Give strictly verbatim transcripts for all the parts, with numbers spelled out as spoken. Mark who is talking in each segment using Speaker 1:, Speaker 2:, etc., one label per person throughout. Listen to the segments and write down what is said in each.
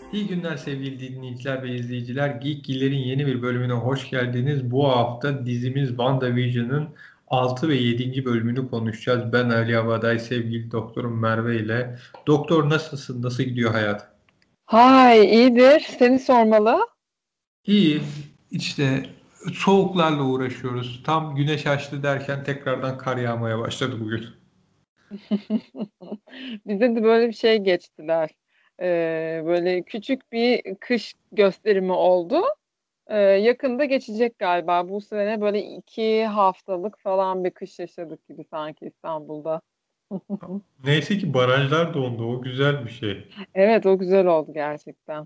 Speaker 1: İyi günler sevgili dinleyiciler ve izleyiciler. Geekgiller'in yeni bir bölümüne hoş geldiniz. Bu hafta dizimiz WandaVision'ın altı ve yedinci bölümünü konuşacağız. Ben Ali Abaday, sevgili doktorum Merve ile. Doktor nasılsın? Nasıl gidiyor hayat?
Speaker 2: Hay, iyidir. Seni sormalı.
Speaker 1: İyi. İşte soğuklarla uğraşıyoruz. Tam güneş açtı derken tekrardan kar yağmaya başladı bugün.
Speaker 2: Bize de böyle bir şey geçtiler. Ee, böyle küçük bir kış gösterimi oldu. Ee, yakında geçecek galiba. Bu sene böyle iki haftalık falan bir kış yaşadık gibi sanki İstanbul'da.
Speaker 1: Neyse ki barajlar dondu. O güzel bir şey.
Speaker 2: Evet, o güzel oldu gerçekten.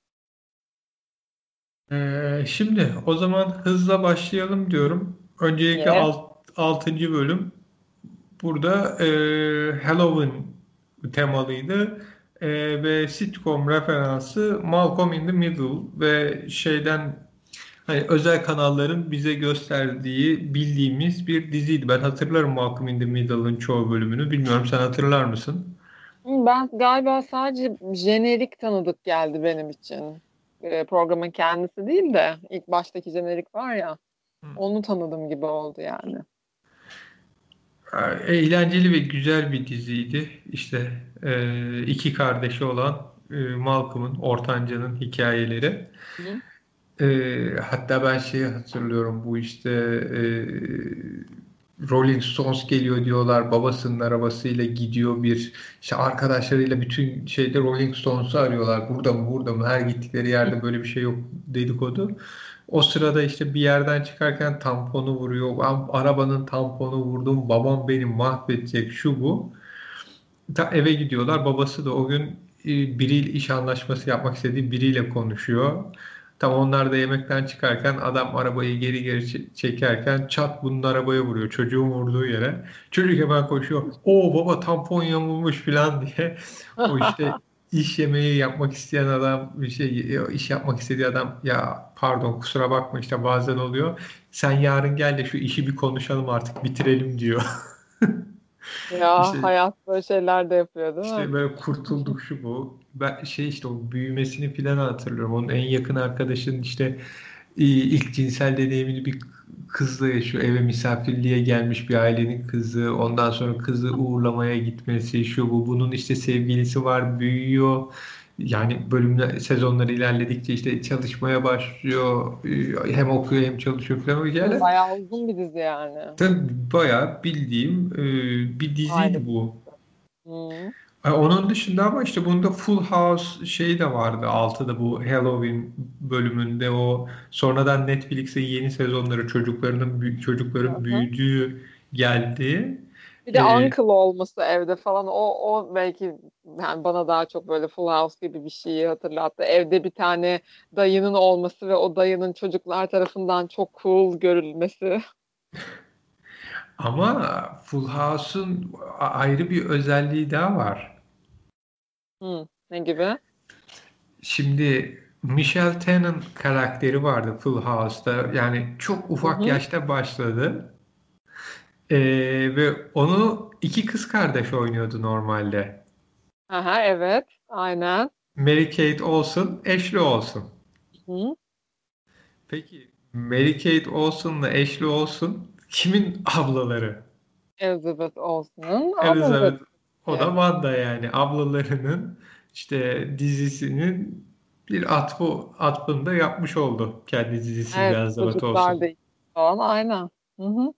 Speaker 1: Ee, şimdi o zaman hızla başlayalım diyorum. Öncelikle
Speaker 2: Ye.
Speaker 1: alt, altıncı bölüm. Burada e, Halloween temalıydı. E, ve sitcom referansı Malcolm in the Middle ve şeyden hani özel kanalların bize gösterdiği bildiğimiz bir diziydi. Ben hatırlarım Malcolm in the Middle'ın çoğu bölümünü. Bilmiyorum, sen hatırlar mısın?
Speaker 2: Ben galiba sadece jenerik tanıdık geldi benim için. Ee, programın kendisi değil de ilk baştaki jenerik var ya, onu tanıdım gibi oldu yani.
Speaker 1: Eğlenceli ve güzel bir diziydi. İşte e, iki kardeşi olan e, Malcolm'ın, ortancanın hikayeleri.
Speaker 2: Hı?
Speaker 1: E, hatta ben şeyi hatırlıyorum, bu işte e, Rolling Stones geliyor diyorlar, babasının arabasıyla gidiyor, bir işte arkadaşlarıyla bütün şeyde Rolling Stones'u arıyorlar, burada mı burada mı, her gittikleri yerde böyle bir şey yok dedikodu. O sırada işte bir yerden çıkarken tamponu vuruyor. Ben arabanın tamponu vurdum, babam beni mahvedecek, şu bu. Ta eve gidiyorlar. Babası da o gün e, biriyle iş anlaşması yapmak istediği biriyle konuşuyor. Tam onlar da yemekten çıkarken adam arabayı geri geri ç- çekerken çat bunun arabaya vuruyor. Çocuğun vurduğu yere. Çocuk hemen koşuyor. O baba tampon yamulmuş falan diye. O işte iş yemeği yapmak isteyen adam, bir şey iş yapmak istediği adam, ya pardon kusura bakma işte bazen oluyor. Sen yarın gel de şu işi bir konuşalım artık bitirelim diyor.
Speaker 2: Ya
Speaker 1: İşte
Speaker 2: hayat böyle şeyler de yapıyor değil mi?
Speaker 1: İşte böyle kurtulduk şu bu. Ben şey işte o büyümesini filan hatırlıyorum. Onun en yakın arkadaşının işte e, ilk cinsel deneyimini bir kızla yaşıyor. Eve misafirliğe gelmiş bir ailenin kızı. Ondan sonra kızı uğurlamaya gitmesi şu bu. Bunun işte sevgilisi var, büyüyor. Yani bölümler, sezonları ilerledikçe işte çalışmaya başlıyor. E, Hem okuyor hem çalışıyor falan, o
Speaker 2: Hı,
Speaker 1: hikayeler.
Speaker 2: bayağı uzun bir dizi yani.
Speaker 1: Tabii bayağı bildiğim e, bir
Speaker 2: Aile
Speaker 1: diziydi bu.
Speaker 2: dizisi. Hı.
Speaker 1: E, Onun dışında ama işte bunda Full House şeyi de vardı. Altıda bu Halloween bölümünde o sonradan Netflix'e yeni sezonları çocuklarının büyü-
Speaker 2: Hı
Speaker 1: çocukların
Speaker 2: hı.
Speaker 1: büyüdüğü geldi.
Speaker 2: Bir de
Speaker 1: E,
Speaker 2: uncle olması evde falan o o belki yani bana daha çok böyle Full House gibi bir şeyi hatırlattı. Evde bir tane dayının olması ve o dayının çocuklar tarafından çok cool görülmesi.
Speaker 1: Ama Full House'un a- ayrı bir özelliği daha var.
Speaker 2: Hı. Ne gibi?
Speaker 1: Şimdi Michelle Tennant karakteri vardı Full House'da. Yani çok
Speaker 2: Hı
Speaker 1: ufak
Speaker 2: hı.
Speaker 1: yaşta başladı. E, Ve onu iki kız kardeş oynuyordu normalde.
Speaker 2: Aha, evet. Aynen.
Speaker 1: Mary-Kate olsun, Ashley olsun.
Speaker 2: Hı.
Speaker 1: Peki Mary-Kate olsunla Ashley olsun kimin ablaları?
Speaker 2: Elizabeth Olsen'ın ablaları.
Speaker 1: Elizabeth, o da Wanda, yani ablalarının işte dizisinin bir atfı, atfını da yapmış oldu kendi dizisiyle
Speaker 2: Evet,
Speaker 1: Elizabeth
Speaker 2: çocuklar da
Speaker 1: olsun.
Speaker 2: iyi falan aynen. Hı hı.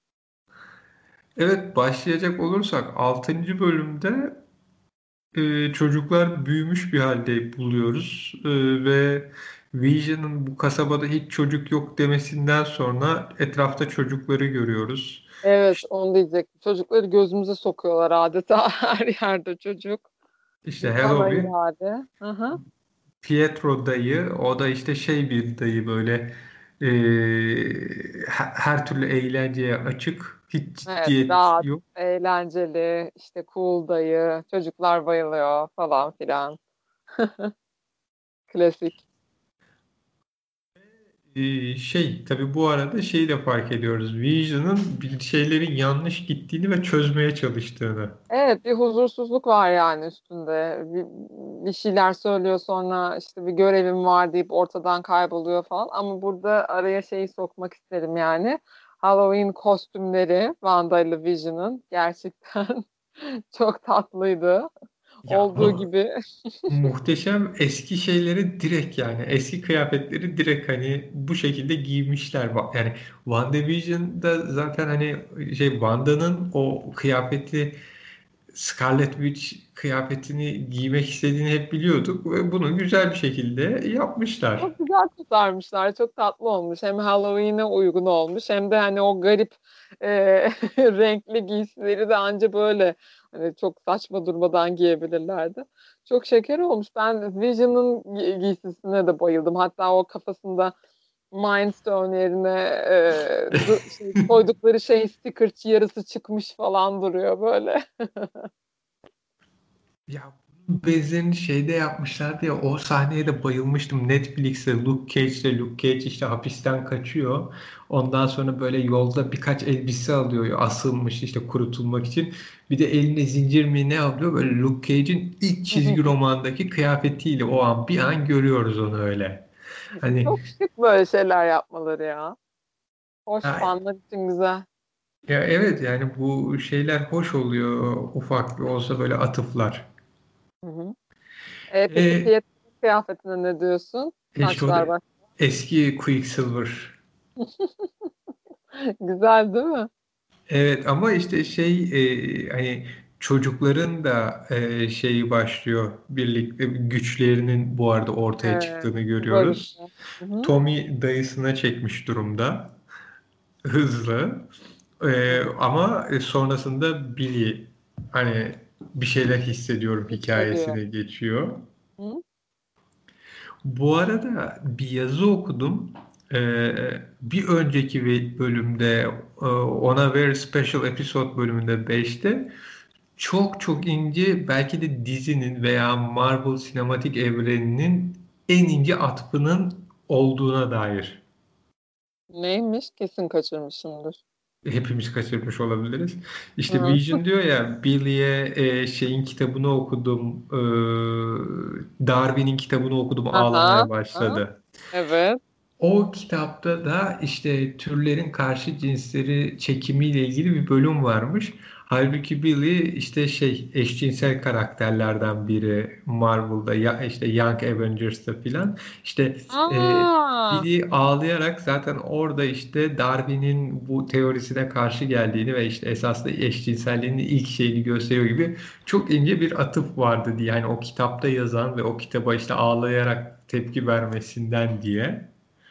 Speaker 1: Evet, başlayacak olursak altıncı bölümde e, çocuklar büyümüş bir halde buluyoruz. E, ve Vision'ın bu kasabada hiç çocuk yok demesinden sonra etrafta çocukları görüyoruz.
Speaker 2: Evet,
Speaker 1: İşte,
Speaker 2: onu diyecektim. Çocukları gözümüze sokuyorlar adeta her yerde çocuk.
Speaker 1: işte
Speaker 2: Bana
Speaker 1: Halloween,
Speaker 2: irade. Hı hı.
Speaker 1: Pietro dayı, o da işte şey bir dayı, böyle e, her, her türlü eğlenceye açık, hiç
Speaker 2: Evet,
Speaker 1: ciddiyet
Speaker 2: rahat,
Speaker 1: yok.
Speaker 2: eğlenceli, işte cool dayı, çocuklar bayılıyor falan filan. Klasik.
Speaker 1: Ee, şey tabii bu arada şeyi de fark ediyoruz. Vision'ın bir şeylerin yanlış gittiğini ve çözmeye çalıştığını.
Speaker 2: Evet, bir huzursuzluk var yani üstünde. Bir, bir şeyler söylüyor, sonra işte bir görevim var deyip ortadan kayboluyor falan. Ama burada araya şeyi sokmak isterim yani. Halloween kostümleri Wanda ile Vision'ın gerçekten çok tatlıydı.
Speaker 1: Ya
Speaker 2: Olduğu
Speaker 1: mu-
Speaker 2: gibi.
Speaker 1: muhteşem eski şeyleri direkt yani eski kıyafetleri direkt hani bu şekilde giymişler. Va- Yani WandaVision'da zaten hani şey Wanda'nın o kıyafeti Scarlet Witch kıyafetini giymek istediğini hep biliyorduk ve bunu güzel bir şekilde yapmışlar.
Speaker 2: Çok güzel tutarmışlar. Çok tatlı olmuş. Hem Halloween'e uygun olmuş, hem de hani o garip e, renkli giysileri de anca böyle hani çok saçma durmadan giyebilirlerdi. Çok şeker olmuş. Ben Vision'ın gi- giysisine de bayıldım. Hatta o kafasında Mind Stone yerine e, du- şey, koydukları şey sticker yarısı çıkmış falan duruyor böyle.
Speaker 1: Ya bunun benzerini şeyde yapmışlardı ya o sahneye de bayılmıştım. Netflix'te Luke Cage'de Luke Cage işte hapisten kaçıyor. Ondan sonra böyle yolda birkaç elbise alıyor asılmış işte kurutulmak için. Bir de eline zincir mi ne alıyor böyle Luke Cage'in ilk çizgi romandaki kıyafetiyle o an bir an görüyoruz onu öyle. Hani
Speaker 2: Çok şık böyle şeyler yapmaları ya. Hoş,
Speaker 1: ya,
Speaker 2: fanlar için güzel.
Speaker 1: ya evet yani bu şeyler hoş oluyor ufak bir olsa böyle atıflar.
Speaker 2: Hı hı. E, peki
Speaker 1: E,
Speaker 2: Pietro'nun kıyafetine ne diyorsun?
Speaker 1: e işte o da
Speaker 2: Saçlar bak.
Speaker 1: eski Quicksilver.
Speaker 2: Güzel değil mi?
Speaker 1: Evet ama işte şey e, hani çocukların da e, şeyi başlıyor birlikte güçlerinin bu arada ortaya
Speaker 2: Evet.
Speaker 1: çıktığını
Speaker 2: Bu bölümde.
Speaker 1: görüyoruz.
Speaker 2: Hı hı.
Speaker 1: Tommy dayısına çekmiş durumda hızlı.
Speaker 2: Hı
Speaker 1: E,
Speaker 2: hı.
Speaker 1: ama e, sonrasında Billy hani bir şeyler hissediyorum
Speaker 2: Hissediyor.
Speaker 1: hikayesine geçiyor.
Speaker 2: Hı?
Speaker 1: Bu arada bir yazı okudum. Ee, bir önceki ve- bölümde e, ona Very Special Episode bölümünde beşte çok çok ince belki de dizinin veya Marvel sinematik evreninin en ince atfının olduğuna dair.
Speaker 2: Neymiş? Kesin kaçırmışımdır.
Speaker 1: Hepimiz kaçırmış olabiliriz. İşte
Speaker 2: Hı.
Speaker 1: Vision diyor ya Billy'e e, şeyin kitabını okudum, e, Darwin'in kitabını okudum
Speaker 2: Aha.
Speaker 1: ağlamaya
Speaker 2: Aha.
Speaker 1: başladı.
Speaker 2: Evet.
Speaker 1: O kitapta da işte türlerin karşı cinsleri çekimiyle ilgili bir bölüm varmış. Halbuki Billy işte şey eşcinsel karakterlerden biri Marvel'da ya işte Young Avengers'ta filan. İşte e,
Speaker 2: Aa.
Speaker 1: Billy ağlayarak zaten orada işte Darwin'in bu teorisine karşı geldiğini ve işte esasında eşcinselliğin ilk şeyini gösteriyor gibi çok ince bir atıf vardı diye. Yani o kitapta yazan ve o kitaba işte ağlayarak tepki vermesinden diye.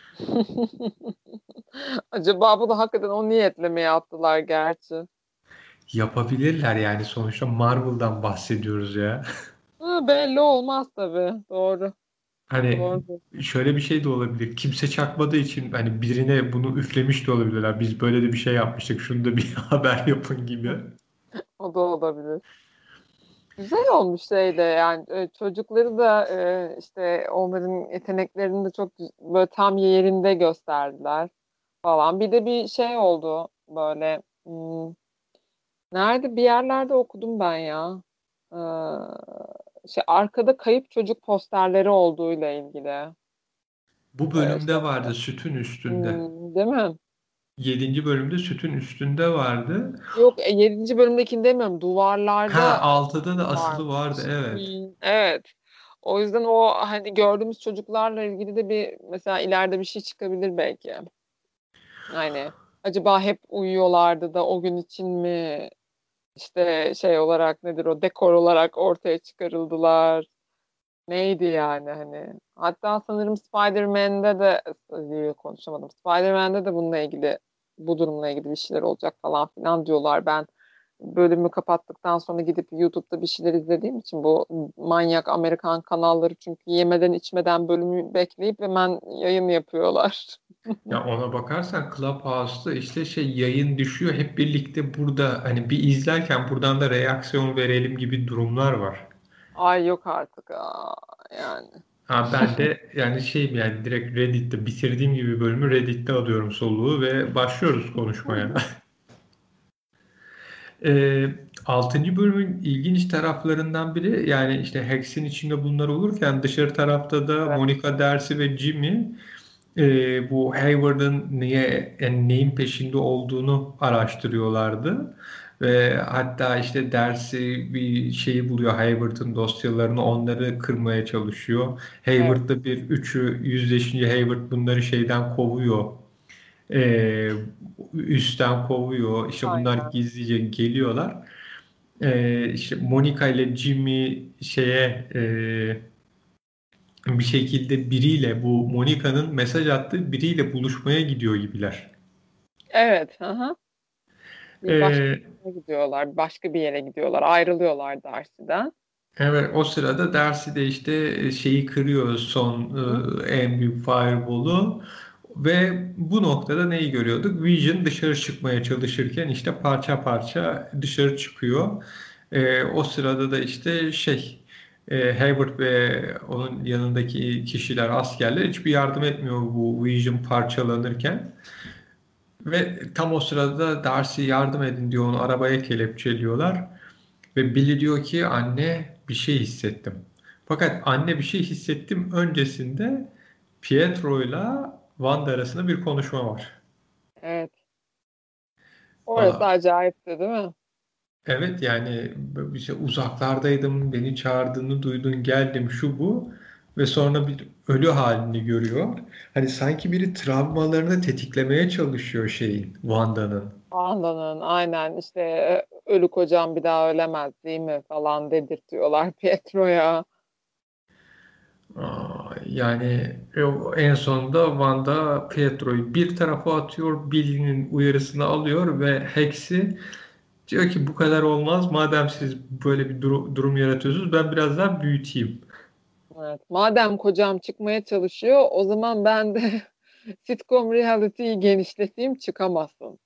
Speaker 2: Acaba bu da hakikaten o niyetle mi yaptılar gerçi?
Speaker 1: Yapabilirler yani sonuçta Marvel'dan bahsediyoruz ya.
Speaker 2: Ha, belli olmaz tabii. Doğru.
Speaker 1: Hani
Speaker 2: Doğru.
Speaker 1: şöyle bir şey de olabilir. Kimse çakmadığı için hani birine bunu üflemiş de olabilirler. Biz böyle de bir şey yapmıştık. Şunu da bir haber yapın gibi.
Speaker 2: O da olabilir. Güzel olmuş şeyde yani e, çocukları da e, işte onların yeteneklerini de çok güz- böyle tam yerinde gösterdiler falan. Bir de bir şey oldu böyle, hmm, nerede bir yerlerde okudum ben ya. Ee, şey arkada kayıp çocuk posterleri olduğuyla ilgili.
Speaker 1: Bu
Speaker 2: Ee,
Speaker 1: bölümde
Speaker 2: şey,
Speaker 1: vardı sütün üstünde.
Speaker 2: hmm, değil mi?
Speaker 1: Yedinci bölümde sütün üstünde vardı.
Speaker 2: Yok, e, yedinci bölümdekini demiyorum.
Speaker 1: Ha
Speaker 2: Duvarlarda
Speaker 1: altıda da asılı vardı
Speaker 2: varmış.
Speaker 1: evet.
Speaker 2: Hmm, evet. O yüzden o hani gördüğümüz çocuklarla ilgili de bir mesela ileride bir şey çıkabilir belki. Yani acaba hep uyuyorlardı da o gün için mi işte şey olarak nedir o dekor olarak ortaya çıkarıldılar. Neydi yani hani. Hatta sanırım Spider-Man'de de e, konuşamadım. Spider-Man'de de bununla ilgili bu durumla ilgili bir şeyler olacak falan filan diyorlar. Ben bölümü kapattıktan sonra gidip YouTube'da bir şeyler izlediğim için bu manyak Amerikan kanalları çünkü yemeden içmeden bölümü bekleyip hemen yayın yapıyorlar.
Speaker 1: Ya ona bakarsan Clubhouse'da işte şey yayın düşüyor. Hep birlikte burada hani bir izlerken buradan da reaksiyon verelim gibi durumlar var.
Speaker 2: Ay yok artık. Aa, yani.
Speaker 1: Ha, ben de yani şeyim yani direkt Reddit'te bitirdiğim gibi bölümü Reddit'te alıyorum soluğu ve başlıyoruz konuşmaya. Ee, altıncı bölümün ilginç taraflarından biri yani işte Hex'in içinde bunlar olurken dışarı tarafta da
Speaker 2: Evet.
Speaker 1: Monica, Darcy ve Jimmy e, bu Hayward'ın niye yani neyin peşinde olduğunu araştırıyorlardı. Ve hatta işte Darcy bir şeyi buluyor Hayward'ın dosyalarını onları kırmaya çalışıyor.
Speaker 2: Evet.
Speaker 1: Hayward da bir üçü yüzleşince Hayward bunları şeyden kovuyor. E, üstten kovuyor. İşte bunlar
Speaker 2: Aynen.
Speaker 1: gizlice geliyorlar. E, işte Monica ile Jimmy şeye e, bir şekilde biriyle bu Monica'nın mesaj attığı biriyle buluşmaya gidiyor gibiler.
Speaker 2: Evet. Aha. Bir başka
Speaker 1: Ee,
Speaker 2: yere gidiyorlar. Başka bir yere gidiyorlar. Ayrılıyorlar Darcy'den.
Speaker 1: evet o sırada Darcy de işte e, şeyi kırıyor son
Speaker 2: Hı.
Speaker 1: e, en büyük fireball'u ve bu noktada neyi görüyorduk? Vision dışarı çıkmaya çalışırken işte parça parça dışarı çıkıyor. Ee, o sırada da işte şey e, Hayward ve onun yanındaki kişiler askerler hiçbir yardım etmiyor bu Vision parçalanırken. Ve tam o sırada Darcy yardım edin diyor onu arabaya kelepçeliyorlar. Ve Billy diyor ki anne bir şey hissettim. Fakat anne bir şey hissettim öncesinde Pietro'yla Wanda arasında bir konuşma var.
Speaker 2: Evet. Orası
Speaker 1: Valla
Speaker 2: acayipti değil mi?
Speaker 1: evet yani bir şey uzaklardaydım beni çağırdığını duydun geldim şu bu ve sonra bir ölü halini görüyor. Hani sanki biri travmalarını tetiklemeye çalışıyor şeyin Wanda'nın.
Speaker 2: Anda'nın aynen işte e, ölü kocam bir daha ölemez değil mi falan dedirtiyorlar Pietro'ya.
Speaker 1: Aa, yani o- en sonunda Wanda Pietro'yu bir tarafa atıyor, Billy'nin uyarısını alıyor ve Hex'i diyor ki bu kadar olmaz. Madem siz böyle bir duru- durum yaratıyorsunuz ben biraz daha büyüteyim.
Speaker 2: Evet. Madem kocam çıkmaya çalışıyor, o zaman ben de sitcom reality'yi genişleteyim çıkamazsın.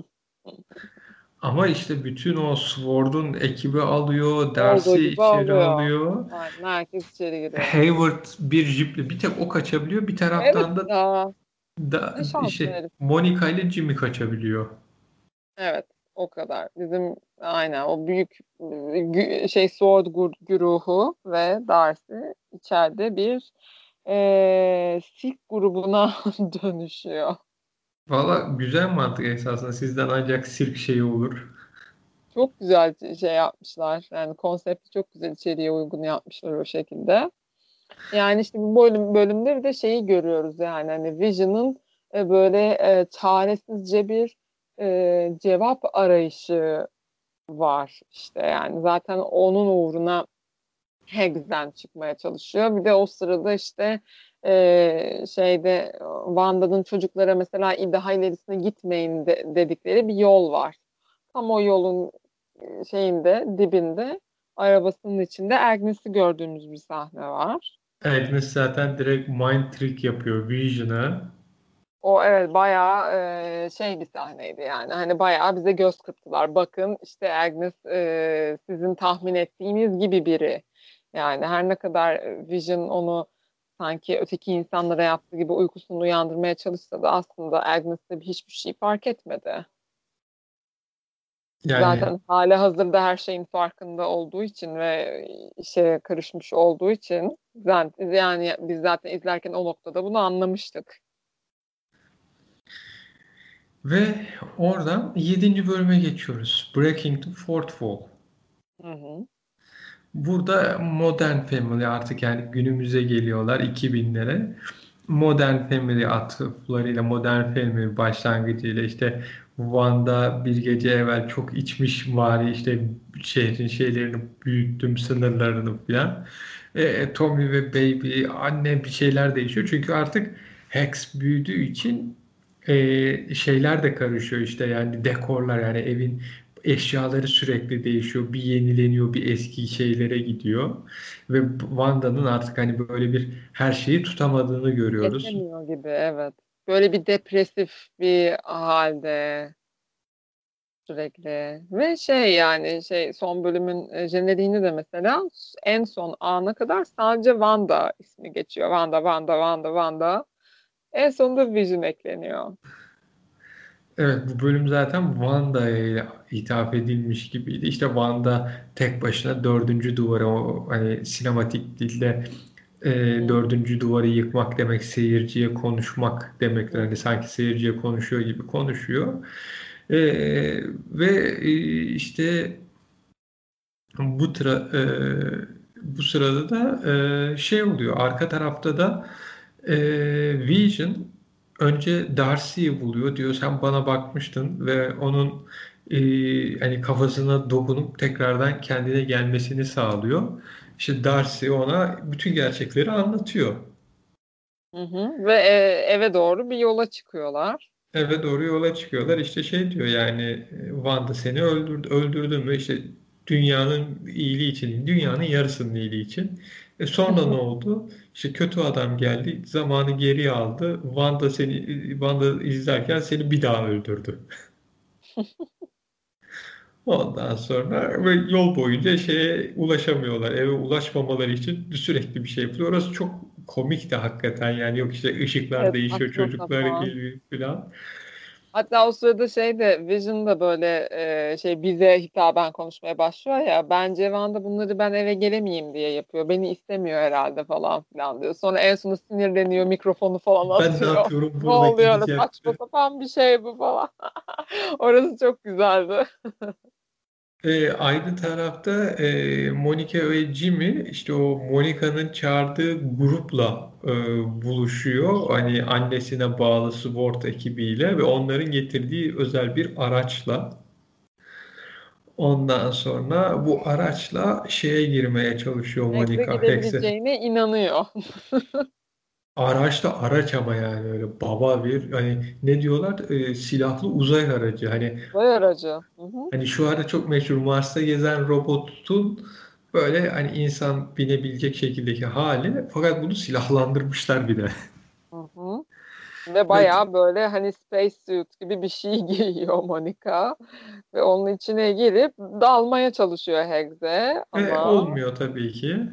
Speaker 1: Ama işte bütün o Sword'un ekibi alıyor,
Speaker 2: Olduğu
Speaker 1: Darcy
Speaker 2: gibi
Speaker 1: içeri
Speaker 2: alıyor.
Speaker 1: alıyor.
Speaker 2: Aynen herkes içeri giriyor.
Speaker 1: Hayward bir jiple bir tek o kaçabiliyor. Bir
Speaker 2: Evet
Speaker 1: taraftan da,
Speaker 2: ya
Speaker 1: da
Speaker 2: ne şanslı
Speaker 1: işte
Speaker 2: herif.
Speaker 1: Monica ile Jimmy kaçabiliyor.
Speaker 2: Evet o kadar. Bizim aynen o büyük gü- şey Sword gur- güruhu ve Darcy içeride bir eee Sith grubuna dönüşüyor.
Speaker 1: Valla güzel mantık esasında. Sizden ancak sirk şeyi olur.
Speaker 2: Çok güzel şey yapmışlar. Yani konsepti çok güzel içeriye uygun yapmışlar o şekilde. Yani işte bu bölüm, bölümde bir de şeyi görüyoruz yani hani Vision'ın e, böyle e, çaresizce bir e, cevap arayışı var işte yani zaten onun uğruna Higgs'den çıkmaya çalışıyor. Bir de o sırada işte e, şeyde Wanda'nın çocuklara mesela daha ilerisine gitmeyin de- dedikleri bir yol var. Tam o yolun e, şeyinde dibinde arabasının içinde Agnes'i gördüğümüz bir sahne var.
Speaker 1: Agnes zaten direkt mind trick yapıyor Vision'a.
Speaker 2: O evet bayağı e, şey bir sahneydi yani. Hani bayağı bize göz kırptılar. Bakın işte Agnes e, sizin tahmin ettiğiniz gibi biri. Yani her ne kadar e, Vision onu sanki öteki insanlara yaptığı gibi uykusunu uyandırmaya çalışsa da aslında Agnes de hiçbir şey fark etmedi.
Speaker 1: Yani
Speaker 2: Zaten hala hazırda her şeyin farkında olduğu için ve işe karışmış olduğu için zaten, yani biz zaten izlerken o noktada bunu anlamıştık.
Speaker 1: ve oradan yedinci bölüme geçiyoruz. Breaking the Fourth Wall.
Speaker 2: Hı hı.
Speaker 1: Burada Modern Family artık yani günümüze geliyorlar iki binlere. Modern Family atıflarıyla Modern Family başlangıcıyla işte Van'da bir gece evvel çok içmiş vari işte şehrin şeylerini büyüttüm sınırlarını falan. E, Tommy ve Baby anne bir şeyler değişiyor. Çünkü artık Hex büyüdüğü için e, şeyler de karışıyor işte yani dekorlar yani evin eşyaları sürekli değişiyor. Bir yenileniyor, bir eski şeylere gidiyor. Ve Wanda'nın artık hani böyle bir her şeyi tutamadığını görüyoruz.
Speaker 2: Yetemiyor gibi evet. Böyle bir depresif bir halde. sürekli. Ve şey yani şey son bölümün e, jeneriğini de mesela en son ana kadar sadece Wanda ismi geçiyor. Wanda, Wanda, Wanda, Wanda. En sonunda Vision ekleniyor.
Speaker 1: Evet, bu bölüm zaten Wanda'ya hitap edilmiş gibiydi. İşte Wanda tek başına dördüncü duvarı, o hani sinematik dilde e,
Speaker 2: Hı
Speaker 1: dördüncü duvarı yıkmak demek, seyirciye konuşmak demektir.
Speaker 2: hı.
Speaker 1: Hani sanki seyirciye konuşuyor gibi konuşuyor. E, ve e, işte bu tıra, e, bu sırada da e, şey oluyor. Arka tarafta da e, Vision önce Darcy'yi buluyor. Diyor sen bana bakmıştın ve onun e, hani kafasına dokunup tekrardan kendine gelmesini sağlıyor. İşte Darcy ona bütün gerçekleri anlatıyor.
Speaker 2: Hı hı. Ve e, eve doğru bir yola çıkıyorlar.
Speaker 1: Eve doğru yola çıkıyorlar. İşte şey diyor yani e, Wanda seni öldürdü, öldürdün ve işte dünyanın iyiliği için, dünyanın yarısının iyiliği için. E sonra ne oldu? İşte kötü adam geldi, zamanı geriye aldı. Wanda seni Wanda izlerken seni bir daha öldürdü. Ondan sonra ve yol boyunca şeye ulaşamıyorlar. Eve ulaşmamaları için sürekli bir şey yapılıyor. Orası çok komik de hakikaten yani yok işte ışıklar
Speaker 2: Evet,
Speaker 1: değişiyor,
Speaker 2: saçma
Speaker 1: çocuklar
Speaker 2: sapan.
Speaker 1: geliyor falan.
Speaker 2: Hatta o sırada şey de Vision da böyle e, şey bize hitaben konuşmaya başlıyor ya, bence Wanda bunları ben eve gelemeyeyim diye yapıyor. Beni istemiyor herhalde falan filan diyor. Sonra en sonunda sinirleniyor, mikrofonu falan
Speaker 1: Ben ne
Speaker 2: atıyor.
Speaker 1: yapıyorum
Speaker 2: Ne
Speaker 1: burada
Speaker 2: oluyor öyle
Speaker 1: gideceğim.
Speaker 2: saçma sapan bir şey bu falan. Orası çok güzeldi.
Speaker 1: E, aynı tarafta e, Monica ve Jimmy işte o Monica'nın çağırdığı grupla e, buluşuyor. Hani annesine bağlı SWORD ekibiyle ve onların getirdiği özel bir araçla. Ondan sonra bu araçla şeye girmeye çalışıyor
Speaker 2: Hex'e
Speaker 1: Monica. Hex'e.
Speaker 2: gidebileceğine inanıyor.
Speaker 1: Araçta araç ama yani öyle baba bir hani ne diyorlar E, silahlı uzay aracı. Hani
Speaker 2: Vay aracı. Hı hı.
Speaker 1: Hani şu ara çok meşhur Mars'ta gezen robotun böyle hani insan binebilecek şekildeki hali fakat bunu silahlandırmışlar bir de.
Speaker 2: Hı hı. Ve
Speaker 1: Ve
Speaker 2: bayağı böyle hani space suit gibi bir şey giyiyor Monica. Ve onun içine girip dalmaya çalışıyor Hex'e
Speaker 1: ve
Speaker 2: ama
Speaker 1: olmuyor tabii ki.